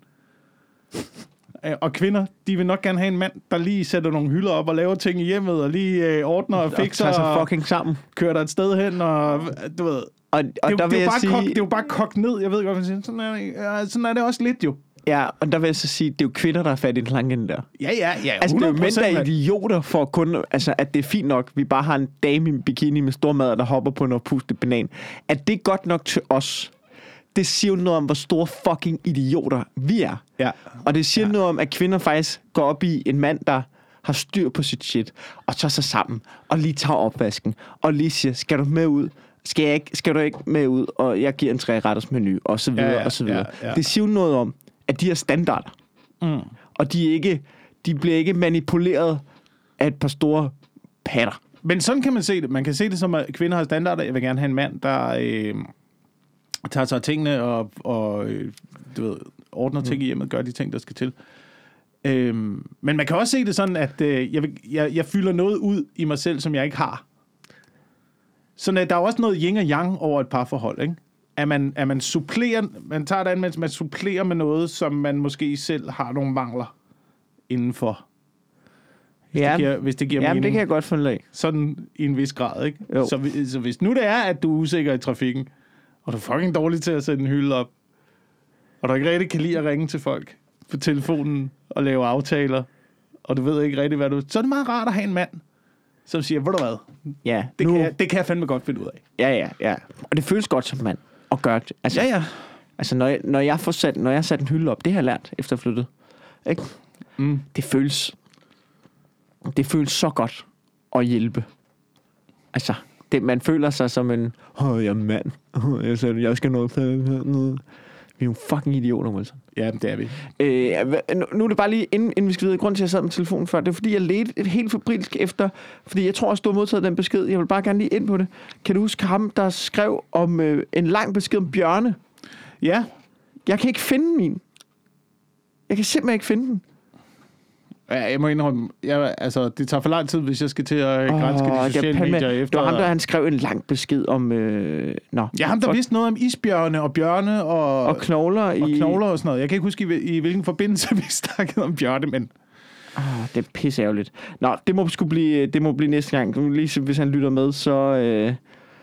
Og kvinder, de vil nok gerne have en mand, der lige sætter nogle hylder op og laver ting i hjemmet, og lige øh, ordner og fikser, og tager sig fucking sammen. Kører der et sted hen, og du ved... Og, og det, der det, vil er jeg sige... kok, det er jo bare kogt ned, jeg ved godt, hvad jeg siger. Sådan er, det, ja, sådan er det også lidt jo. Ja, og der vil jeg så sige, det er jo kvinder, der er fat i den lange ende der. Ja, ja, ja. Altså, det er jo mænd, der er idioter for kun... Altså, at det er fint nok, vi bare har en dame i bikini med stormad, der hopper på en oppustet banan. At det er godt nok til os, det siger jo noget om, hvor store fucking idioter vi er. Ja. Og det siger ja. noget om, at kvinder faktisk går op i en mand, der har styr på sit shit, og tager sig sammen, og lige tager opvasken, og lige siger, skal du med ud? Skal, jeg ikke, skal du ikke med ud? Og jeg giver en tre-retters menu, og så videre, ja, ja, og så videre. Ja, ja. Det siger jo noget om, at de er standarder. Mm. Og de er ikke, de bliver ikke manipuleret af et par store patter. Men sådan kan man se det. Man kan se det som, at kvinder har standarder. Jeg vil gerne have en mand, der øh, tager sig af tingene og, og øh, du ved, ordner ting mm. i hjemmet, gør de ting, der skal til. Øh, men man kan også se det sådan, at øh, jeg, vil, jeg, jeg fylder noget ud i mig selv, som jeg ikke har. Så der er også noget yin og yang over et parforhold, ikke? At man, at man supplerer, man tager det an, mens man supplerer med noget, som man måske selv har nogle mangler indenfor. Hvis, ja. det giver, hvis det giver Jamen, mening. det kan jeg godt finde af. Sådan i en vis grad, ikke? Jo. Så, så hvis nu det er, at du er usikker i trafikken, og du er fucking dårlig til at sætte en hylde op, og du ikke rigtig kan lide at ringe til folk på telefonen og lave aftaler, og du ved ikke rigtig, hvad du... Så er det meget rart at have en mand, som siger, ved du hvad? Ja, det, nu... kan jeg, det kan jeg fandme godt finde ud af. Ja, ja, ja. Og det føles godt som mand at gøre det. Altså, ja, ja. Altså, når jeg, når jeg får sat, når jeg har sat en hylde op, det har jeg lært efter flyttet. Ikke? Mm. Det føles... Det føles så godt at hjælpe. Altså, det, man føler sig som en... Åh, oh, jeg er mand. Oh, jeg, siger, jeg skal noget. Vi er jo fucking idioter, Wilson. Ja, det er vi. Øh, nu, nu er det bare lige, inden, inden vi skal videre, grund til, at jeg sad med telefonen før, det er fordi, jeg ledte helt febrilsk efter, fordi jeg tror også, du har modtaget den besked. Jeg vil bare gerne lige ind på det. Kan du huske ham, der skrev om øh, en lang besked om bjørne? Ja. Jeg kan ikke finde min. Jeg kan simpelthen ikke finde den. Ja, jeg må indrømme, jeg, altså, det tager for lang tid, hvis jeg skal til at oh, granske de sociale medier med, efter. Det var ham, der han skrev en lang besked om... Øh, nå, ja, ham, der for... vidste noget om isbjørne og bjørne og... Og knogler og i... knogler og sådan noget. Jeg kan ikke huske, i, i hvilken forbindelse vi snakkede om bjørne, men... Oh, det er pisseærgerligt. Nå, det må sgu blive, det må blive næste gang. Lige, hvis han lytter med, så... Øh,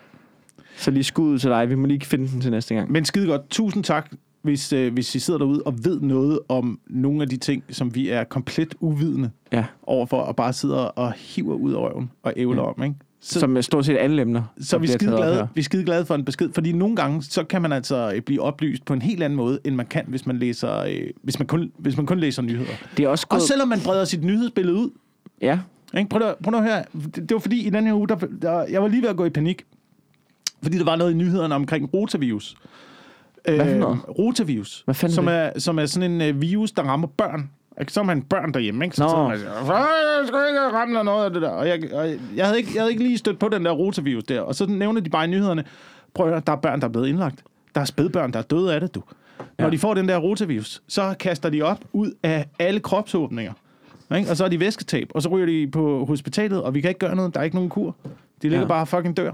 så lige skud til dig. Vi må lige finde den til næste gang. Men skide godt. Tusind tak. Hvis, øh, hvis I sidder derude og ved noget om nogle af de ting, som vi er komplet uvidende ja. overfor, og bare sidder og hiver ud af røven og ævler ja. om, ikke? Så, som er stort set alle emner. Så vi er skide glade, vi er skide glade for en besked, fordi nogle gange, så kan man altså blive oplyst på en helt anden måde, end man kan, hvis man læser, øh, hvis man kun, hvis man kun læser nyheder. Det er også og selvom man breder sit nyhedsbillede ud. Ja. Ikke? Prøv, at, prøv at høre. Det, det var fordi, i den her uge, der, der, jeg var lige ved at gå i panik, fordi der var noget i nyhederne omkring rotavirus. Hvad for noget? Øh, rotavirus, Hvad som er, som er sådan en uh, virus, der rammer børn. Så har man børn derhjemme, ikke? Så Nå. man siger, jeg skal ikke ramme noget af det der. Og jeg, og jeg, havde ikke, jeg havde ikke lige stødt på den der rotavirus der. Og så nævner de bare i nyhederne, prøv at høre, der er børn, der er blevet indlagt. Der er spædbørn, der er døde af det, du. Når ja. de får den der rotavirus, så kaster de op ud af alle kropsåbninger. Ikke? Og så er de væsketab, og så ryger de på hospitalet, og vi kan ikke gøre noget. Der er ikke nogen kur. De ligger ja. bare fucking dør.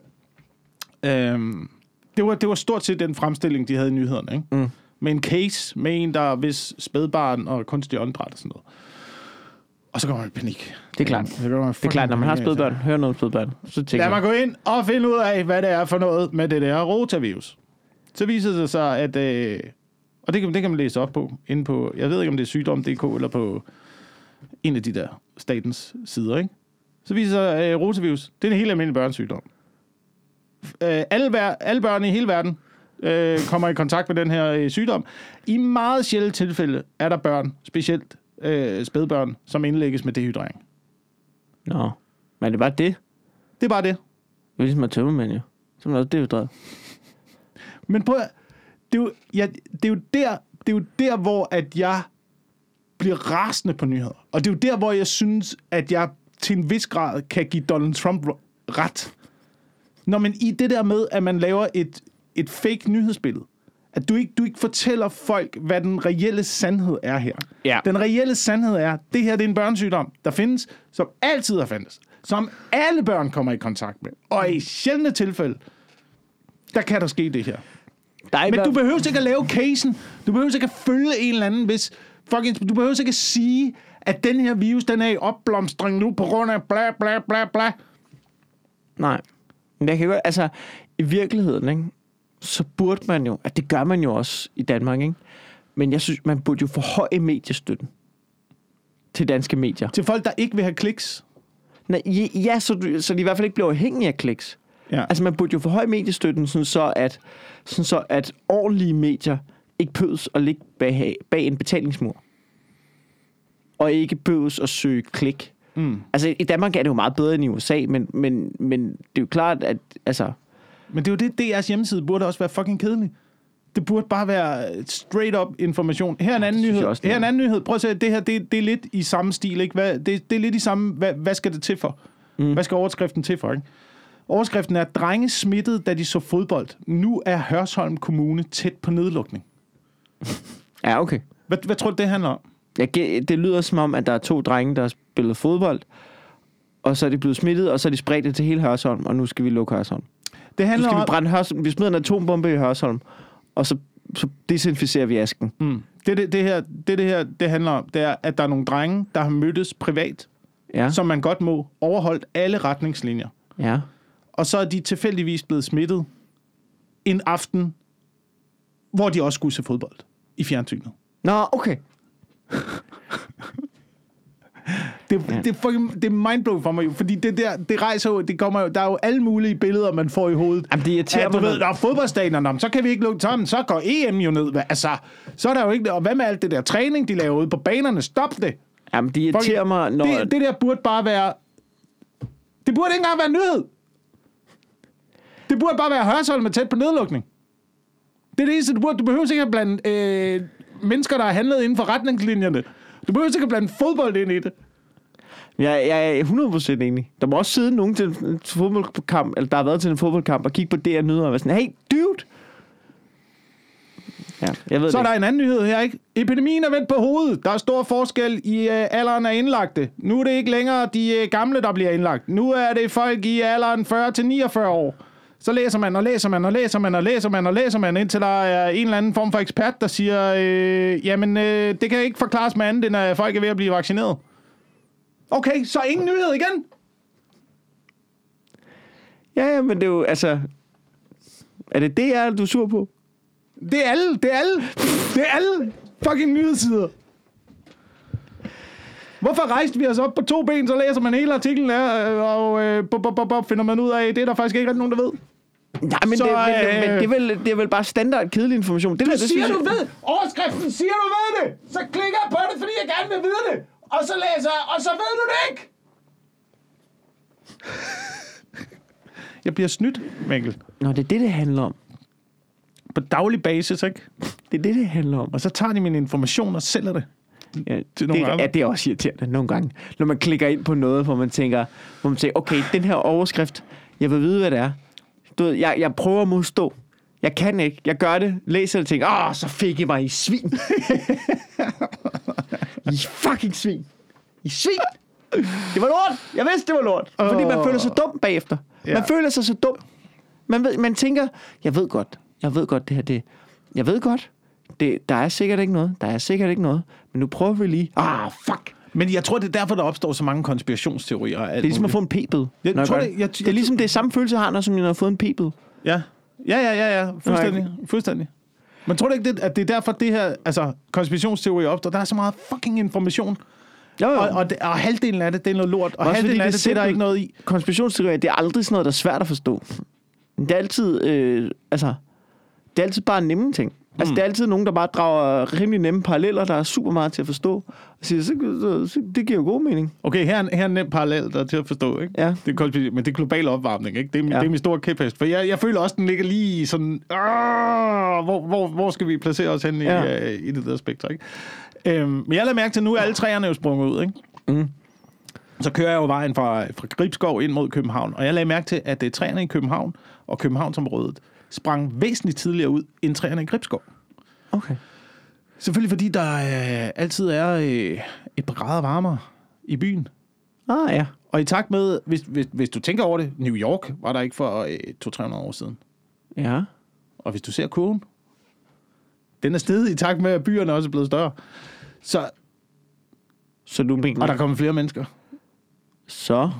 Øhm... Det var, det var stort set den fremstilling, de havde i nyhederne, ikke? Mm. Med en case, med en, der hvis spædbarn og kunstig åndedræt og sådan noget. Og så går man i panik. Det er klart. Så man det er klart, når man har spædbørn, hører noget om spædbørn, så tænker lad mig gå ind og finde ud af, hvad det er for noget med det der rotavirus. Så viser det sig, at... Øh, og det kan, det kan man læse op på, inde på... Jeg ved ikke, om det er sygdom punktum d k eller på en af de der statens sider, ikke? Så viser det sig, at øh, rotavirus, det er en helt almindelig børnesygdom. Øh, alle, alle børn i hele verden øh, kommer i kontakt med den her øh, sygdom. I meget sjældent tilfælde er der børn, specielt øh, spædbørn, som indlægges med dehydrering. Nå, men det er bare det? Det er bare det. Det er ligesom at tømme, men jo. Så er det dehydreret. Men prøv at, det er jo, ja, det er jo der, det er jo der, hvor at jeg bliver rasende på nyheder. Og det er jo der, hvor jeg synes, at jeg til en vis grad kan give Donald Trump ret. Når man i det der med, at man laver et, et fake nyhedsbillede, at du ikke, du ikke fortæller folk, hvad den reelle sandhed er her. Ja. Den reelle sandhed er, det her det er en børnesygdom, der findes, som altid har fandtes, som alle børn kommer i kontakt med. Og i sjældne tilfælde, der kan der ske det her. Men du behøver ikke at lave casen. Du behøver ikke at følge en eller anden, hvis fucking, du behøver ikke at sige, at den her virus, den er i opblomstring nu, på grund af bla bla bla bla. Nej. Men jeg kan godt, altså, i virkeligheden, ikke, så burde man jo, at det gør man jo også i Danmark, ikke? Men jeg synes, man burde jo forhøje mediestøtten til danske medier. Til folk, der ikke vil have kliks? Nej, ja, så, du, så de i hvert fald ikke bliver afhængige af kliks. Ja. Altså, man burde jo forhøje mediestøtten, sådan så, at, sådan så at ordentlige medier ikke behøves at ligge bag, bag en betalingsmur. Og ikke behøves at søge klik. Mm. Altså, i Danmark er det jo meget bedre end i U S A, men, men, men det er jo klart, at... Altså, men det er jo det, D R's hjemmeside burde også være fucking kedelig. Det burde bare være straight up information. Her er en anden synes jeg nyhed. også, det Her er en er. anden nyhed. Prøv at se, det her, det, det er lidt i samme stil, ikke? Hvad, det, det er lidt i samme, hvad, hvad skal det til for? Mm. Hvad skal overskriften til for, ikke? Overskriften er, drenge smittet, da de så fodbold. Nu er Hørsholm Kommune tæt på nedlukning. Ja, okay. Hvad, hvad tror du, det handler om? Jeg, det lyder som om, at der er to drenge, der har spillet fodbold, og så er de blevet smittet, og så er de spredt det til hele Hørsholm, og nu skal vi lukke Hørsholm. Det Nu handler skal om... vi brænde Hørsholm. Vi smider en atombombe i Hørsholm, og så, så desinficerer vi asken. Mm. Det, det, det, her, det, det her det handler om, det er, at der er nogle drenge, der har mødtes privat, Ja. som man godt må, overholdt alle retningslinjer. Ja. Og så er de tilfældigvis blevet smittet en aften, hvor de også skulle se fodbold i fjernsynet. Nå, okay. Det, Ja. ja. det, er fucking, det er mindblowing for mig jo, fordi det der, det rejser jo, det kommer jo, der er jo alle mulige billeder, man får i hovedet. Jamen, det irriterer Ja, du mig, ved, når- der er fodboldstadioner, så kan vi ikke lukke sammen, så går E M jo ned. Hva- Altså, så er der jo ikke, og hvad med alt det der træning, de laver ude på banerne? Stop det! Jamen, det irriterer mig, når... Det, det der burde bare være, det burde ikke engang være en nyhed. Det burde bare være Hørsholm med tæt på nedlukning. Det er det eneste, du burde. Du behøver ikke at blande øh, mennesker, der har handlet inden for retningslinjerne. Du behøver ikke at blande fodbold ind i det. Jeg, jeg er hundrede procent enig. Der må også sidde nogen til en fodboldkamp, eller der har været til en fodboldkamp, og kigge på det og nyder, og være sådan, hey, dude! Ja, jeg ved Så er det der en anden nyhed her, ikke? Epidemien er vendt på hovedet. Der er stor forskel i øh, alderen af indlagte. Nu er det ikke længere de øh, gamle, der bliver indlagt. Nu er det folk i alderen fyrre til niogfyrre år. Så læser man og læser man og læser man og læser man og læser man, indtil der er en eller anden form for ekspert, der siger, øh, jamen, øh, det kan ikke forklares med andet, end at folk er ved at blive vaccineret. Okay, så ingen nyhed igen. Ja, ja, men det er jo, altså... Er det det, jeg er, du er sur på? Det er alle, det er alle, det er alle fucking nyhedssider. Hvorfor rejste vi os op på to ben, så læser man hele artiklen her, øh, og øh, bop, bop, bop, finder man ud af, det er der faktisk ikke rigtig nogen, der ved. Nej, men, Så, det, men, øh, men det, er vel, det er vel bare standard kedelig information. Det Du der, det siger, synes du jeg- ved. Overskriften siger, du ved det. Så klikker jeg på det, fordi jeg gerne vil vide det. Og så læser jeg, og så ved du det ikke. Jeg bliver snydt, Mikkel. Nå, det er det, det handler om. På daglig basis, ikke? Det er det, det handler om. Og så tager de min information og sælger det. Ja, til nogle det, andre. ja, det er også irriterende nogle gange. Når man klikker ind på noget, hvor man tænker, hvor man tænker, okay, den her overskrift, jeg vil vide, hvad det er. Du ved, jeg, jeg prøver at modstå. Jeg kan ikke. Jeg gør det, læser det og tænker, åh, så fik I mig i svin. I fucking svin. I svin. Det var lort. Jeg vidste, det var lort. Fordi man Åh. føler sig dum bagefter. Ja. Man føler sig så dum. Man, ved, man tænker, jeg ved godt, jeg ved godt det her, det, jeg ved godt, det, der er sikkert ikke noget, der er sikkert ikke noget, men nu prøver vi lige, ah, fuck. Men jeg tror, det er derfor, der opstår så mange konspirationsteorier. Og alt Det er ligesom at muligt. få en p-bid. Jeg når tror, gør det- jeg- det er ligesom det er samme følelse, jeg har, når som jeg har fået en p-bid. Ja, ja, ja, ja, ja. Fuldstændig. Fuldstændig. Men tror du ikke, det, at det er derfor, det her altså, konspirationsteorier opstår? Der er så meget fucking information. Jo, jo. Og, og, det, og halvdelen af det, det er noget lort. Og Også halvdelen fordi af det det, det er der simpelt- ikke noget i. Konspirationsteorier, det er aldrig sådan noget, der er svært at forstå. Det er altid, øh, altså, det er altid bare nemme ting. Altså, Mm. det er altid nogen, der bare drager rimelig nemme paralleller, der er super meget til at forstå. Og siger, så, så, så, det giver jo god mening. Okay, her er en, her er en nem parallel, der er til at forstå, ikke? Ja. Det er konspir- men det er global opvarmning, ikke? Det er, ja. Ja. det er min store kæphest. For jeg, jeg føler også, den ligger lige sådan... Øh, hvor, hvor, hvor skal vi placere os hen i, Ja. øh, i det der spektrum, ikke? Øhm, men jeg lader mærke til, at nu er alle træerne jo sprunget ud, ikke? Mm. Så kører jeg jo vejen fra, fra Gribskov ind mod København, og jeg lagde mærke til, at uh, træerne i København og Københavnsområdet sprang væsentligt tidligere ud, end træerne i Gribskov. Okay. Selvfølgelig fordi der øh, altid er øh, et par grader varmere i byen. Ah, ja. Og i takt med, hvis, hvis, hvis du tænker over det, New York var der ikke for øh, to til tre hundrede år siden. Ja. Og hvis du ser kurven, den er steget i takt med, at byerne også er blevet større. Så, Så du mener... og der kommer flere mennesker. Så...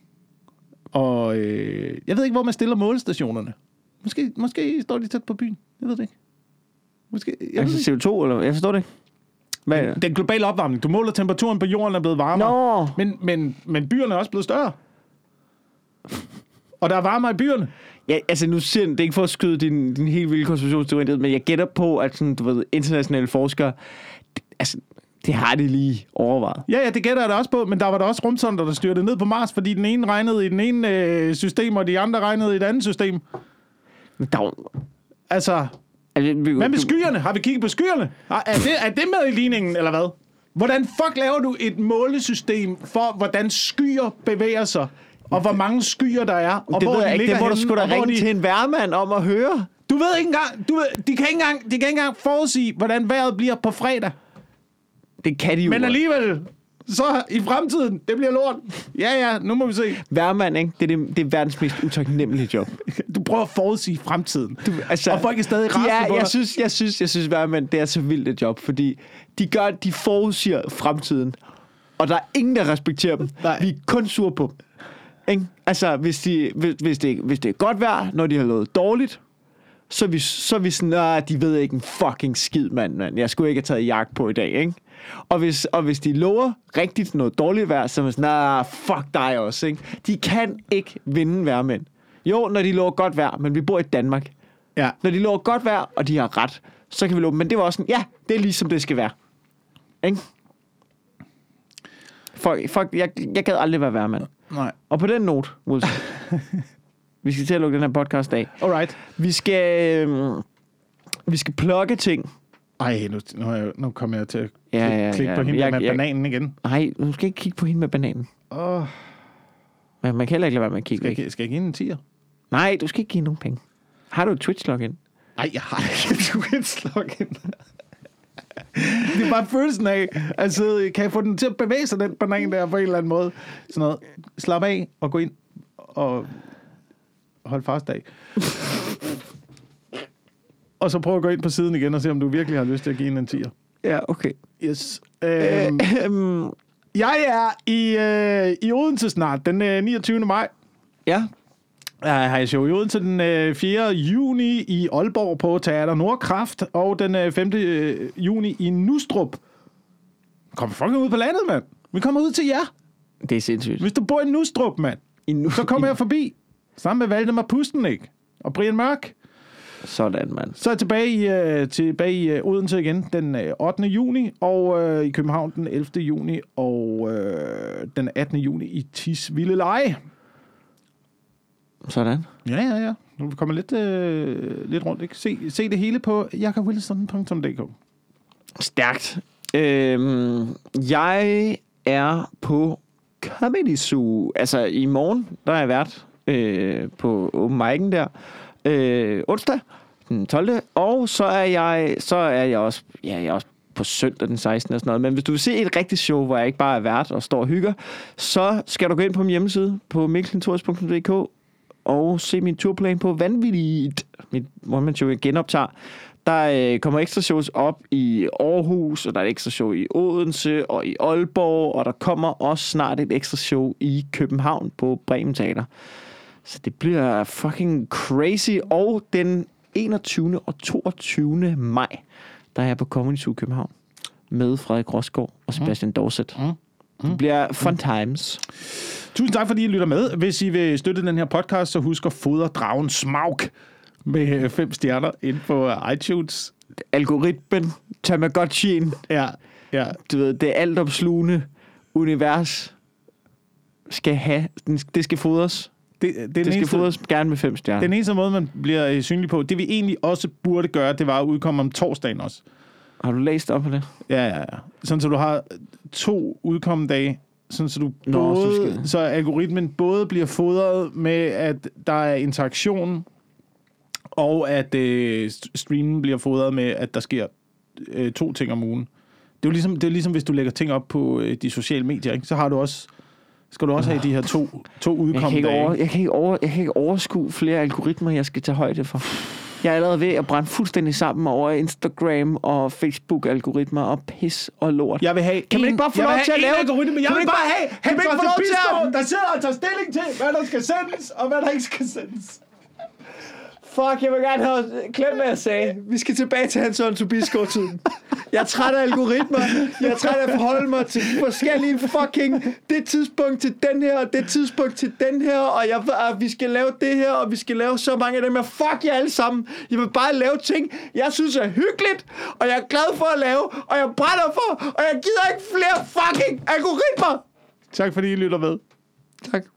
Og øh, jeg ved ikke, hvor man stiller målestationerne. Måske, måske står de tæt på byen. Jeg ved det ikke. Måske, jeg ved Altså det ikke. C O to, eller... Jeg forstår det ikke. Hvad? Den globale opvarmning. Du måler temperaturen på jorden er blevet varmere. Nå! Men, men, men byerne er også blevet større. Og der er varmere i byerne. Ja, altså nu siger det er ikke for at skyde din, din helt vilde konspirationsteori ned, men jeg gætter på, at sådan, du ved, internationale forskere, det, altså, det har de lige overvejet. Ja, ja, det gætter jeg da også på, men der var der også rumsonder, der styrtede ned på Mars, fordi den ene regnede i den ene øh, system, og de andre regnede i et andet system. Men der, er jo- Altså, Altså, vi, hvad med du, skyerne? Har vi kigget på skyerne? Er det, er det med i ligningen, eller hvad? Hvordan fuck laver du et målesystem for, hvordan skyer bevæger sig? Og hvor mange skyer der er? Og det hvor ved de jeg ikke. ligger Det må du henne, sgu da og hvor ringe de... til en værmand om at høre. Du ved ikke engang... Du ved, de, kan ikke engang de kan ikke engang forudsige, hvordan vejret bliver på fredag. Det kan de jo. Men alligevel... Så i fremtiden, det bliver lort. Ja, ja, nu må vi se. Værmand, ikke? Det er, det, det er verdens mest utaknemmelige job. Du prøver at forudsige fremtiden. Du, altså, og folk er stadig rasende ja, på jeg dig. synes, jeg synes, jeg synes, værmand, det er så vildt et job, fordi de gør, de forudsiger fremtiden, og der er ingen, der respekterer dem. Nej. Vi er kun sure på dem. Ikke? Altså, hvis, de, hvis, hvis, det, hvis det er godt vejr, når de har lovet dårligt, så er vi, så er vi sådan, at de ved ikke en fucking skid, mand, mand. Jeg skulle ikke have taget jagt på i dag, ikke? Og hvis, og hvis de lover rigtigt noget dårligt vejr, så er man sådan, nah, fuck dig også, ikke? De kan ikke vinde vejrmænd. Jo, når de lover godt vejr, men vi bor i Danmark. Ja. Når de lover godt vejr, og de har ret, så kan vi love dem. Men det var også sådan, ja, det er ligesom det skal være. Ikke? Folk, folk, jeg, jeg gad aldrig være vejrmand. Nej. Og på den note, Wilson, vi skal til at lukke den her podcast af. Alright. Vi skal, øh, vi skal plukke ting. Ej, nu, nu, er jeg, nu kommer jeg til at Ja, klikke, ja, klikke ja. på hende Jeg- med jeg- bananen igen. Nej, du skal ikke kigge på hende med bananen. Åh, Men man kan heller ikke lade være med at kigge skal, væk. jeg, skal jeg give hende en tier? Nej, du skal ikke give nogen penge. Har du et Twitch-login? Nej, jeg har ikke et Twitch-login. Det er bare følelsen af, altså, kan jeg få den til at bevæge sig, den banan der, på en eller anden måde? Sådan noget. Slap af og gå ind og hold fast af. Og så prøv at gå ind på siden igen og se, om du virkelig har lyst til at give hende en tier. Ja, okay. Yes. Øhm, Øhm, jeg er i, øh, i Odense snart, den øh, niogtyvende maj. ja, Jeg har jeg show i Odense den øh, fjerde juni i Aalborg på Teater Nordkraft, og den øh, femte Øh, juni i Nustrup. Kom fucking ud på landet, mand. Vi kommer ud til jer. det er sindssygt. Hvis du bor i Nustrup, mand, I nu, så kommer jeg forbi. Sammen med Valdemar Pustenik og Brian Mørk. Sådan, mand. Så er jeg tilbage i, øh, tilbage i øh, Odense igen den øh, ottende juni, og øh, i København den ellevte juni, og øh, den attende juni i Tisvildeleje. Sådan. Ja, ja, ja. Nu kommer lidt, øh, lidt rundt, ikke? Se, se det hele på jakob wilson punktum d k. Stærkt. Øhm, jeg er på Comedy Zoo. Altså, i morgen, der er jeg vært øh, på Open Mic'en der. Øh, onsdag, den tolvte Og så er jeg, så er jeg også, ja, jeg er også på søndag den sekstende og sådan noget. Men hvis du vil se et rigtigt show, hvor jeg ikke bare er vært og står og hygger, så skal du gå ind på min hjemmeside på mikkelsentorius punktum d k og se min turplan på Vanvittigt, mit one-man-show, jeg genoptager. Der øh, kommer ekstra shows op i Aarhus, og der er et ekstra show i Odense og i Aalborg, og der kommer også snart et ekstra show i København på Bremen Teater. Så det bliver fucking crazy. Og den enogtyvende og toogtyvende maj, der er jeg på Comedy Zoo København med Frederik Rosgaard og Sebastian Dorset. Mm. Mm. Det bliver fun times. Tusind tak, fordi I lytter med. Hvis I vil støtte den her podcast, så husk at fodre dragen Smaug med fem stjerner ind på iTunes. Algoritmen, Tamagotchien, Ja, ja. du ved, det altopslugende univers skal have, det skal fodres. Det, det, er Det den skal eneste, fodres gerne med fem stjerner. den eneste måde, man bliver øh, synlig på. Det vi egentlig også burde gøre, det var at udkomme om torsdagen også. Har du læst op på det? Ja, ja, ja. Sådan, så du har to udkommende dage, sådan, så, du Nå, både, så skal- så algoritmen både bliver fodret med, at der er interaktion, og at øh, streamen bliver fodret med, at der sker øh, to ting om ugen. Det er jo ligesom, det er ligesom hvis du lægger ting op på øh, de sociale medier, ikke? Så har du også, skal du også have de her to, to Jeg kan, udkommende ikke dage. over, jeg, kan ikke over, jeg kan ikke overskue flere algoritmer, jeg skal tage højde for. Jeg er allerede ved at brænde fuldstændig sammen over Instagram og Facebook-algoritmer og pis og lort. Jeg vil have Kan man en- ikke bare få jeg vil lov have til at en lave- algoritme, jeg Kan man vil ikke bare bare- have kan man ikke få lov til at- der sidder og tager stilling til, hvad der skal sendes, og hvad der ikke skal sendes. Fuck, jeg vil gerne have... Glem, hvad jeg sagde. Vi skal tilbage til Hans Søren Tobiskov-tiden. Jeg er træt af algoritmer. Jeg er træt af at forholde mig til forskellige fucking... Det tidspunkt til den her, og det tidspunkt til den her, og jeg, og vi skal lave det her, og vi skal lave så mange af dem her. Fuck jer alle sammen. Jeg vil bare lave ting, jeg synes er hyggeligt, og jeg er glad for at lave, og jeg brænder for, og jeg gider ikke flere fucking algoritmer. Tak fordi I lytter med. Tak.